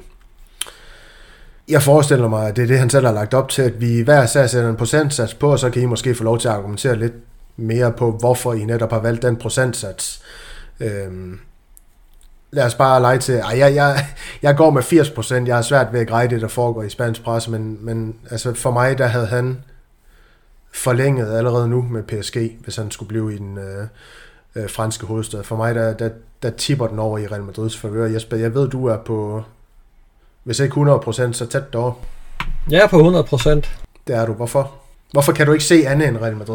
Jeg forestiller mig, at det er det, han selv har lagt op til, at vi hver sær sætter en procentsats på, og så kan I måske få lov til at argumentere lidt mere på, hvorfor I netop har valgt den procentsats. Øhm, lad os bare lege til, ej, jeg, jeg, jeg går med firs procent, jeg har svært ved at greje det, der foregår i spansk presse, men, men altså for mig, der havde han forlænget allerede nu med P S G, hvis han skulle blive i den øh, øh, franske hovedstad. For mig, der, der, der tipper den over i Real Madrids favør. Jesper, jeg ved, du er på, hvis ikke hundrede procent, så tæt derovre. Jeg er på hundrede procent. Det er du. Hvorfor? Hvorfor kan du ikke se andet end Real Madrid?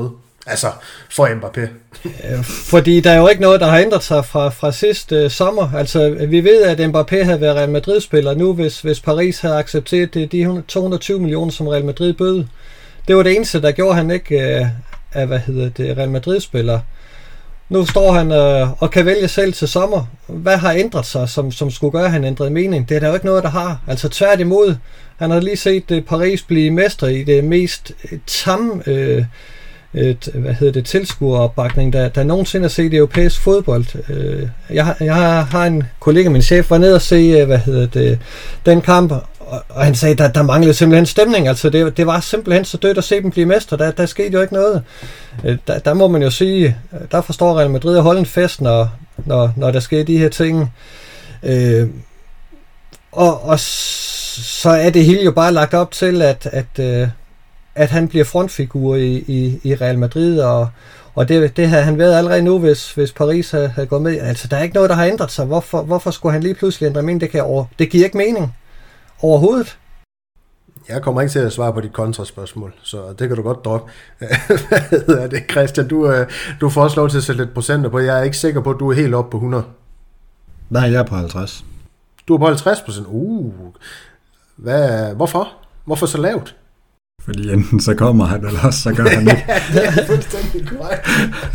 Altså, for Mbappé. Fordi der er jo ikke noget, der har ændret sig fra, fra sidste uh, sommer. Altså, vi ved, at Mbappé havde været Real Madrid-spiller nu, hvis, hvis Paris havde accepteret det, de to hundrede og tyve millioner, som Real Madrid bød. Det var det eneste, der gjorde han ikke uh, af, hvad hedder det, Real Madrid-spiller. Nu står han uh, og kan vælge selv til sommer. Hvad har ændret sig, som, som skulle gøre, at han ændrede mening? Det er der jo ikke noget, der har. Altså tværtimod, han har lige set uh, Paris blive mester i det mest uh, tamme uh, et, hvad hedder det, tilskueropbakning, der, der nogensinde har set europæisk fodbold. Uh, jeg, har, jeg har en kollega, min chef, var nede og se, uh, hvad hedder det, den kamp, og, og han sagde, der, der manglede simpelthen stemning. Altså det, det var simpelthen så dødt at se dem blive mester. Der, der skete jo ikke noget. Uh, der, der må man jo sige, der forstår Real Madrid at holde en fest, når, når, når der sker de her ting. Uh, og, og så er det hele jo bare lagt op til, at, at uh, at han bliver frontfigur i, i, i Real Madrid, og, og det, det havde han været allerede nu, hvis, hvis Paris havde, havde gået med. Altså, der er ikke noget, der har ændret sig. Hvorfor, hvorfor skulle han lige pludselig ændre mening? Det, kan over, det giver ikke mening overhovedet. Jeg kommer ikke til at svare på dit kontraspørgsmål, så det kan du godt droppe. Hvad hedder det, Christian? Du, du får også lov til at sætte lidt procenter på. Jeg er ikke sikker på, at du er helt oppe på hundrede. Nej, jeg er på halvtreds. Du er på halvtreds procent? Uh, hvad, hvorfor? Hvorfor så lavt? Fordi enten så kommer han, eller også så gør han ikke. Det er fuldstændig korrekt.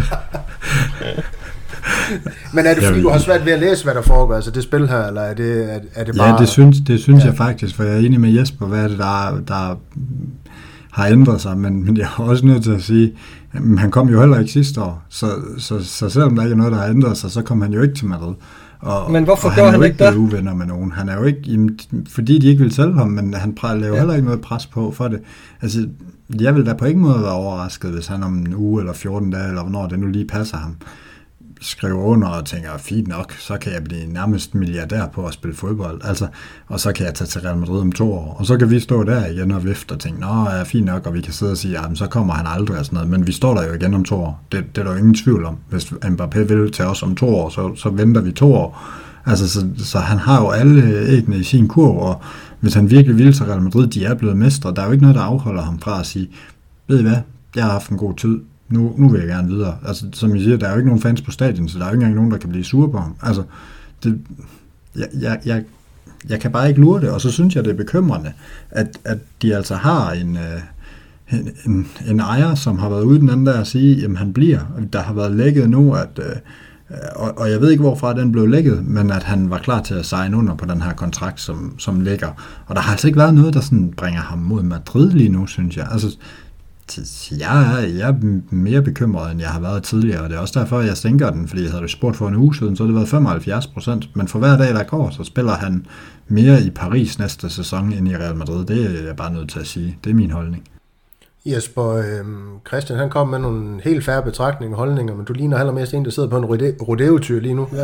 Men er det fordi, du har svært ved at læse, hvad der foregår, altså det spil her, eller er det, er, er det bare... Ja, det synes, det synes ja. jeg faktisk, for jeg er enig med Jesper, hvad er det, der, der har ændret sig, men, men jeg er også nødt til at sige, at han kom jo heller ikke sidste år, så, så, så selvom der ikke er noget, der har ændret sig, så kom han jo ikke til Madrid. Og, men hvorfor og gør han, han ikke det? Han er jo ikke uvenner med nogen. Han er jo ikke, fordi de ikke vil sælge ham, men han laver ja. heller ikke noget pres på for det. Altså, jeg vil da på ingen måde være overrasket, hvis han om en uge eller fjorten dage, eller hvornår det nu lige passer ham, skriver under og tænker, fint nok, så kan jeg blive nærmest milliardær på at spille fodbold. Altså, og så kan jeg tage til Real Madrid om to år. Og så kan vi stå der igen og vifte og tænke, nå, er fint nok, og vi kan sidde og sige, ja, så kommer han aldrig og sådan noget. Men vi står der jo igen om to år. Det, det er der jo ingen tvivl om. Hvis Mbappé vil til os om to år, så, så venter vi to år. Altså, så, så han har jo alle æggene i sin kurv, og hvis han virkelig vil til Real Madrid, de er blevet mestre. Der er jo ikke noget, der afholder ham fra at sige, ved I hvad, jeg har haft en god tid. Nu, nu vil jeg gerne videre. Altså, som I siger, der er jo ikke nogen fans på stadion, så der er jo ikke engang nogen, der kan blive sure på ham. Altså, det, jeg, jeg, jeg, jeg kan bare ikke lure det, og så synes jeg, det er bekymrende, at, at de altså har en, en, en, en ejer, som har været ude den anden der og sige, jamen han bliver. Der har været lækket nu, at, og, og jeg ved ikke, hvorfra den blev lækket, men at han var klar til at signe under på den her kontrakt, som, som ligger. Og der har altså ikke været noget, der sådan bringer ham mod Madrid lige nu, synes jeg. Altså, Jeg er, jeg er mere bekymret, end jeg har været tidligere, og det er også derfor, jeg sænker den, fordi jeg havde spurgt for en uge siden, så har det været femoghalvfjerds procent, men for hver dag, der går, så spiller han mere i Paris næste sæson, end i Real Madrid. Det er jeg bare nødt til at sige. Det er min holdning. Jesper, øh, Christian, han kom med nogle helt færre betragtninger og holdninger, men du ligner allermest en, der sidder på en rodeo-tyr lige nu.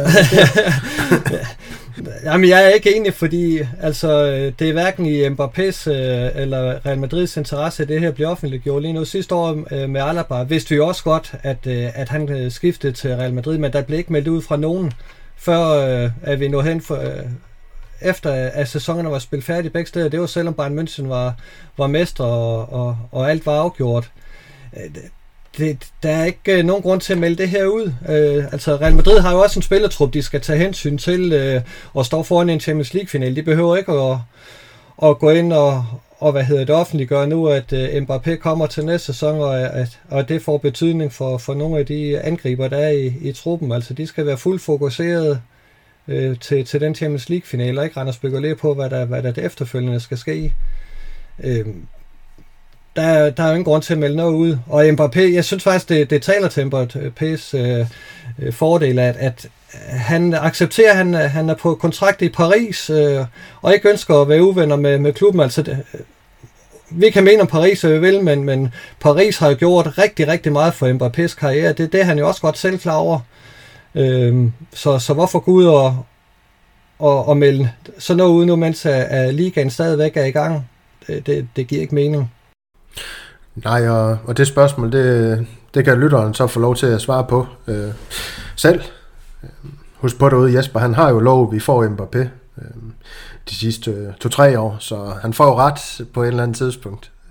Jamen, jeg er ikke enig, fordi altså, det er hverken i Mbappés øh, eller Real Madrids interesse, at det her bliver offentliggjort lige nu. Sidste år øh, med Alaba vidste vi også godt, at, øh, at han skiftede til Real Madrid, men der blev ikke meldt ud fra nogen, før øh, at vi nåede hen for... Øh, efter at sæsonerne var spillet færdige begge steder. Det var selvom Bayern München var, var mestre, og, og, og alt var afgjort. Det, der er ikke nogen grund til at melde det her ud. Øh, altså Real Madrid har jo også en spillertrup, de skal tage hensyn til, øh, og står foran en Champions League-final. De behøver ikke at, at gå ind og, og hvad hedder det, offentliggøre nu, at øh, Mbappé kommer til næste sæson, og at og det får betydning for, for nogle af de angriber, der er i, i truppen. Altså de skal være fuldt fokuseret Til, til den Champions League-finale, og ikke rende og spekulere på, hvad der, hvad der det efterfølgende skal ske. Øhm, der, der er jo ingen grund til at melde noget ud. Og Mbappé, jeg synes faktisk, det, det taler til Mbappés øh, fordel, at, at han accepterer, at han, han er på kontrakt i Paris, øh, og ikke ønsker at være uvenner med, med klubben. Altså, det, vi kan mene om Paris, hvad vi vil, men, men Paris har jo gjort rigtig, rigtig meget for Mbappés karriere. Det, det er han jo også godt selv klar over. Øhm, så, så hvorfor gå ud og, og, og melde så noget ud nu, mens at, at ligaen stadigvæk er i gang? Det, det, det giver ikke mening. Nej, og, og det spørgsmål, det, det kan lytteren så få lov til at svare på øh, selv. Husk på derude, Jesper, han har jo lov, vi får Mbappé øh, de sidste øh, to-tre år, så han får jo ret på et eller andet tidspunkt.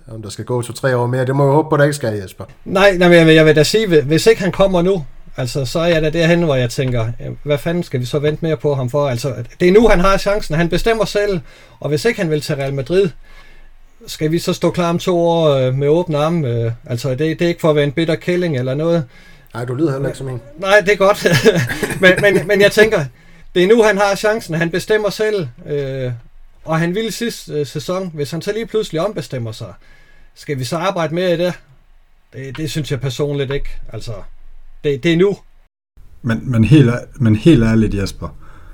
Om der skal gå to-tre år mere, det må jeg håbe på, at der ikke skal, Jesper. Nej, nej men jeg vil da sige, hvis ikke han kommer nu, altså, så er jeg da derhen, hvor jeg tænker, hvad fanden skal vi så vente mere på ham for? Altså, det er nu, han har chancen. Han bestemmer selv, og hvis ikke han vil til Real Madrid, skal vi så stå klar om to år med åbne arme? Altså, det, det er ikke for at være en bitter kælling eller noget. Nej, du lyder heller ikke som en. Nej, det er godt. men, men, men jeg tænker, det er nu, han har chancen. Han bestemmer selv, øh, og han ville sidste øh, sæson. Hvis han så lige pludselig ombestemmer sig, skal vi så arbejde mere i det? Det, det synes jeg personligt ikke. Altså, det, det er nu. Men, men, helt, men helt ærligt, Jesper.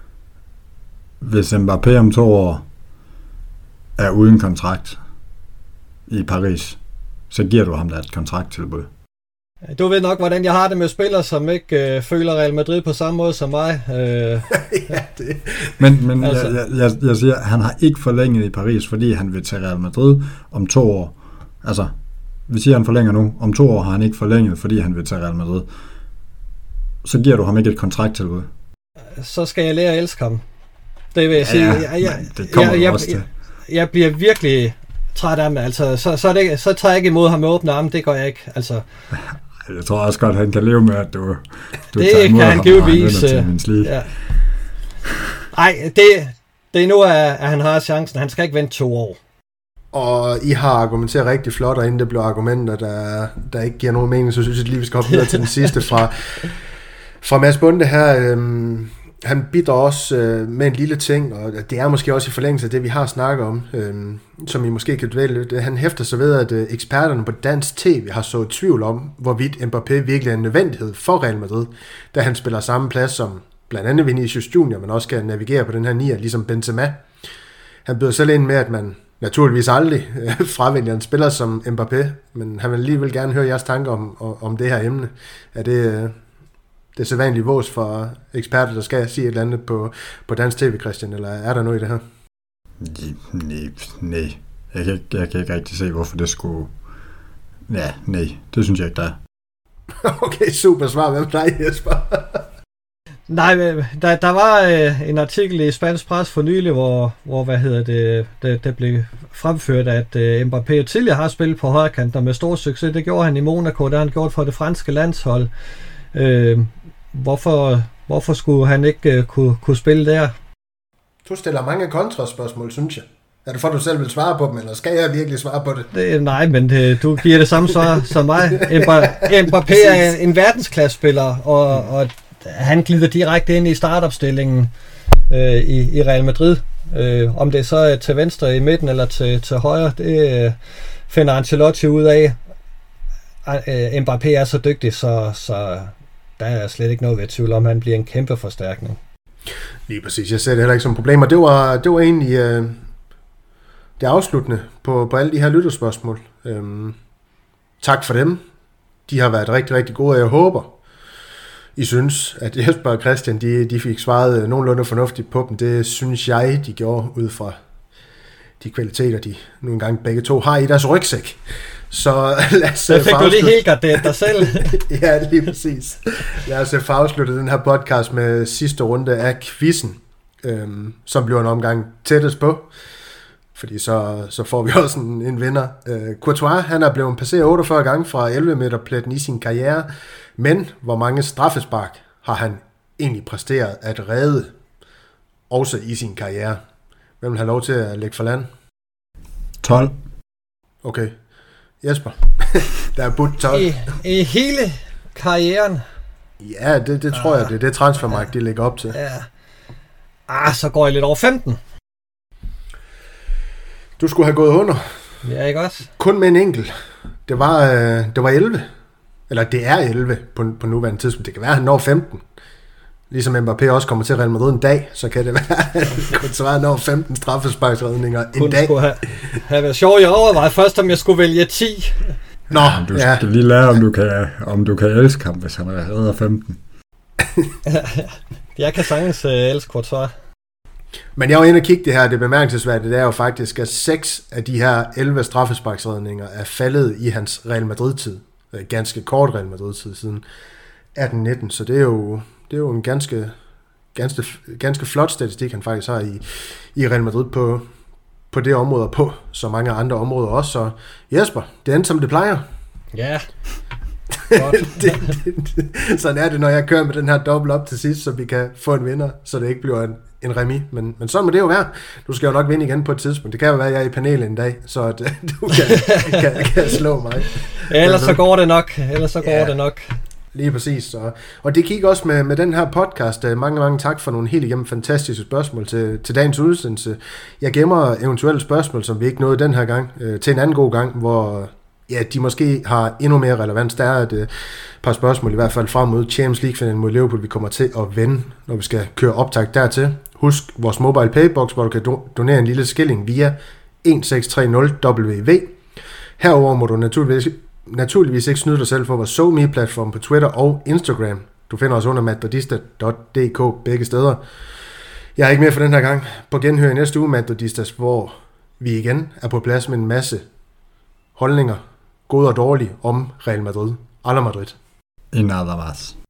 Hvis Mbappé om to år er uden kontrakt i Paris, så giver du ham da et kontrakttilbud. Du ved nok, hvordan jeg har det med spillere, som ikke øh, føler Real Madrid på samme måde som mig. Øh, ja, det. Men, men altså. jeg, jeg, jeg siger, han har ikke forlænget i Paris, fordi han vil til Real Madrid om to år. Altså, vi siger, han forlænger nu. Om to år har han ikke forlænget, fordi han vil til Real Madrid. Så giver du ham ikke et kontrakttilbud. Så skal jeg lære at elske ham. Det vil jeg sige. Ja, jeg, jeg, det kommer jeg, jeg, jeg, også til. Jeg, jeg bliver virkelig træt af ham. Altså, så, så, det, så tager jeg ikke imod ham med åbne arme. Det gør jeg ikke. Altså. Jeg tror også godt, han kan leve med, at du, du det tager imod kan ham, han givetvis. Ja. Nej, det, det er nu, at han har chancen. Han skal ikke vente to år. Og I har argumenteret rigtig flot, og inden det blev argumenter, der, der ikke giver nogen mening, så synes jeg lige, vi skal hoppe videre til den sidste fra, fra Mads Bunde her. Øhm, han bidrager også øh, med en lille ting, og det er måske også i forlængelse af det, vi har snakket om, øhm, som I måske kan dvæle lidt. Han hæfter sig ved, at øh, eksperterne på dansk tv har så tvivl om, hvorvidt Mbappé virkelig er en nødvendighed for Real Madrid, da han spiller samme plads som blandt andet Vinicius Junior, men også kan navigere på den her nier, ligesom Benzema. Han byder selv ind med, at man naturligvis aldrig øh, fravælger en spiller som Mbappé, men han vil alligevel gerne høre jeres tanker om, om det her emne. Er det, øh, det sædvanlige vås for eksperter, der skal sige et eller andet på, på dansk tv, Christian, eller er der noget i det her? Nej, nej. Jeg kan, jeg kan ikke rigtig se, hvorfor det skulle... Ja, nej, det synes jeg ikke, der er. Okay, super svar. Hvem dig, Jesper? Nej, der, der var øh, en artikel i Spansk Pres for nylig, hvor, hvor hvad hedder det, det, det blev fremført, at øh, Mbappé tidligere har spillet på højrekanten med stor succes. Det gjorde han i Monaco, der han gjort for det franske landshold. Øh, hvorfor, hvorfor skulle han ikke øh, kunne, kunne spille der? Du stiller mange kontraspørgsmål, synes jeg. Er det for, at du selv vil svare på dem, eller skal jeg virkelig svare på det? det nej, men det, du giver det samme svar som mig. Mbappé er en, en verdensklassespiller, og, og han glider direkte ind i startopstillingen øh, i, i Real Madrid. Øh, om det er så til venstre i midten eller til, til højre, det øh, finder Ancelotti ud af. Øh, Mbappé er så dygtig, så, så der er slet ikke noget ved tvivl om, han bliver en kæmpe forstærkning. Lige præcis, jeg ser det heller ikke som problem, og det var, det var egentlig øh, det afsluttende på, på alle de her lytterspørgsmål. Øhm, tak for dem. De har været rigtig, rigtig gode, og jeg håber, I synes, at Jesper og Christian, de, de fik svaret nogenlunde fornuftigt på dem. Det synes jeg, de gjorde ud fra de kvaliteter, de nu engang begge to har i deres rygsæk. Så lad os så fik du lige helt garderet dig selv. Ja, lige præcis. Lad os få afsluttet den her podcast med sidste runde af quizzen, øhm, som bliver en omgang tættest på. Fordi så, så får vi også en, en vinder. Øh, Courtois, han er blevet passeret otteogfyrre gange fra elleve meter pletten i sin karriere. Men hvor mange straffespark har han egentlig præsteret at redde, også i sin karriere? Hvem vil have lov til at lægge for land? tolv. Okay. Jesper, der er budt tolv. I, I hele karrieren? Ja, det, det tror ah, jeg, det er det transfermarkt, de lægger op til. Ja. Ah, så går jeg lidt over femten. Du skulle have gået under. Ja, ikke også? Kun med en enkelt. Det var, øh, det var elleve. Eller det er elleve på, på nuværende tidspunkt. Det kan være, at han når femten. Ligesom Mbappé også kommer til Real Madrid en dag, så kan det være, at han kunne svare når femten straffesparksredninger en dag. Skulle have, have været sjov. Jeg overvejede først, om jeg skulle vælge ti. Nå, ja, du skal ja. lige lære, om du kan, om du kan elske ham, hvis han redder femten. Jeg kan sagtens uh, elske Courtois. Men jeg var inde og kigge det her, det bemærkelsesværdige, det er jo faktisk, at seks af de her elleve straffesparksredninger er faldet i hans Real Madrid-tid. Ganske kort Real Madrid-tid siden atten nitten, så det er jo, det er jo en ganske, ganske, ganske flot statistik, han faktisk har i, i Real Madrid på, på det område og på så mange andre områder også. Så Jesper, det endte som det plejer. Ja. det, det, det, sådan er det, når jeg kører med den her dobbelt op til sidst, så vi kan få en vinder, så det ikke bliver en, en remis. Men, men sådan må det jo være. Du skal jo nok vinde igen på et tidspunkt. Det kan jo være, at jeg er i panelet en dag, så at, du kan, kan, kan slå mig. Ellers så går det nok. Ellers så går ja. det nok. Lige præcis. Og, og det gik også med, med den her podcast. Mange, mange tak for nogle helt igennem fantastiske spørgsmål til, til dagens udsendelse. Jeg gemmer eventuelle spørgsmål, som vi ikke nåede den her gang, øh, til en anden god gang, hvor ja, de måske har endnu mere relevans. Der er et øh, par spørgsmål i hvert fald frem mod Champions League-finalen mod Liverpool, vi kommer til at vende, når vi skal køre optag dertil. Husk vores mobile paybox, hvor du kan do- donere en lille skilling via et seks tre nul W V. Herover må du naturligvis Naturligvis ikke snyde dig selv for vores SoMe-platform på Twitter og Instagram. Du finder os under madridista punktum d k begge steder. Jeg er ikke mere for den her gang. På genhør i næste uge, Madridistas, hvor vi igen er på plads med en masse holdninger, gode og dårlige, om Real Madrid. A la Madrid. Y nada más.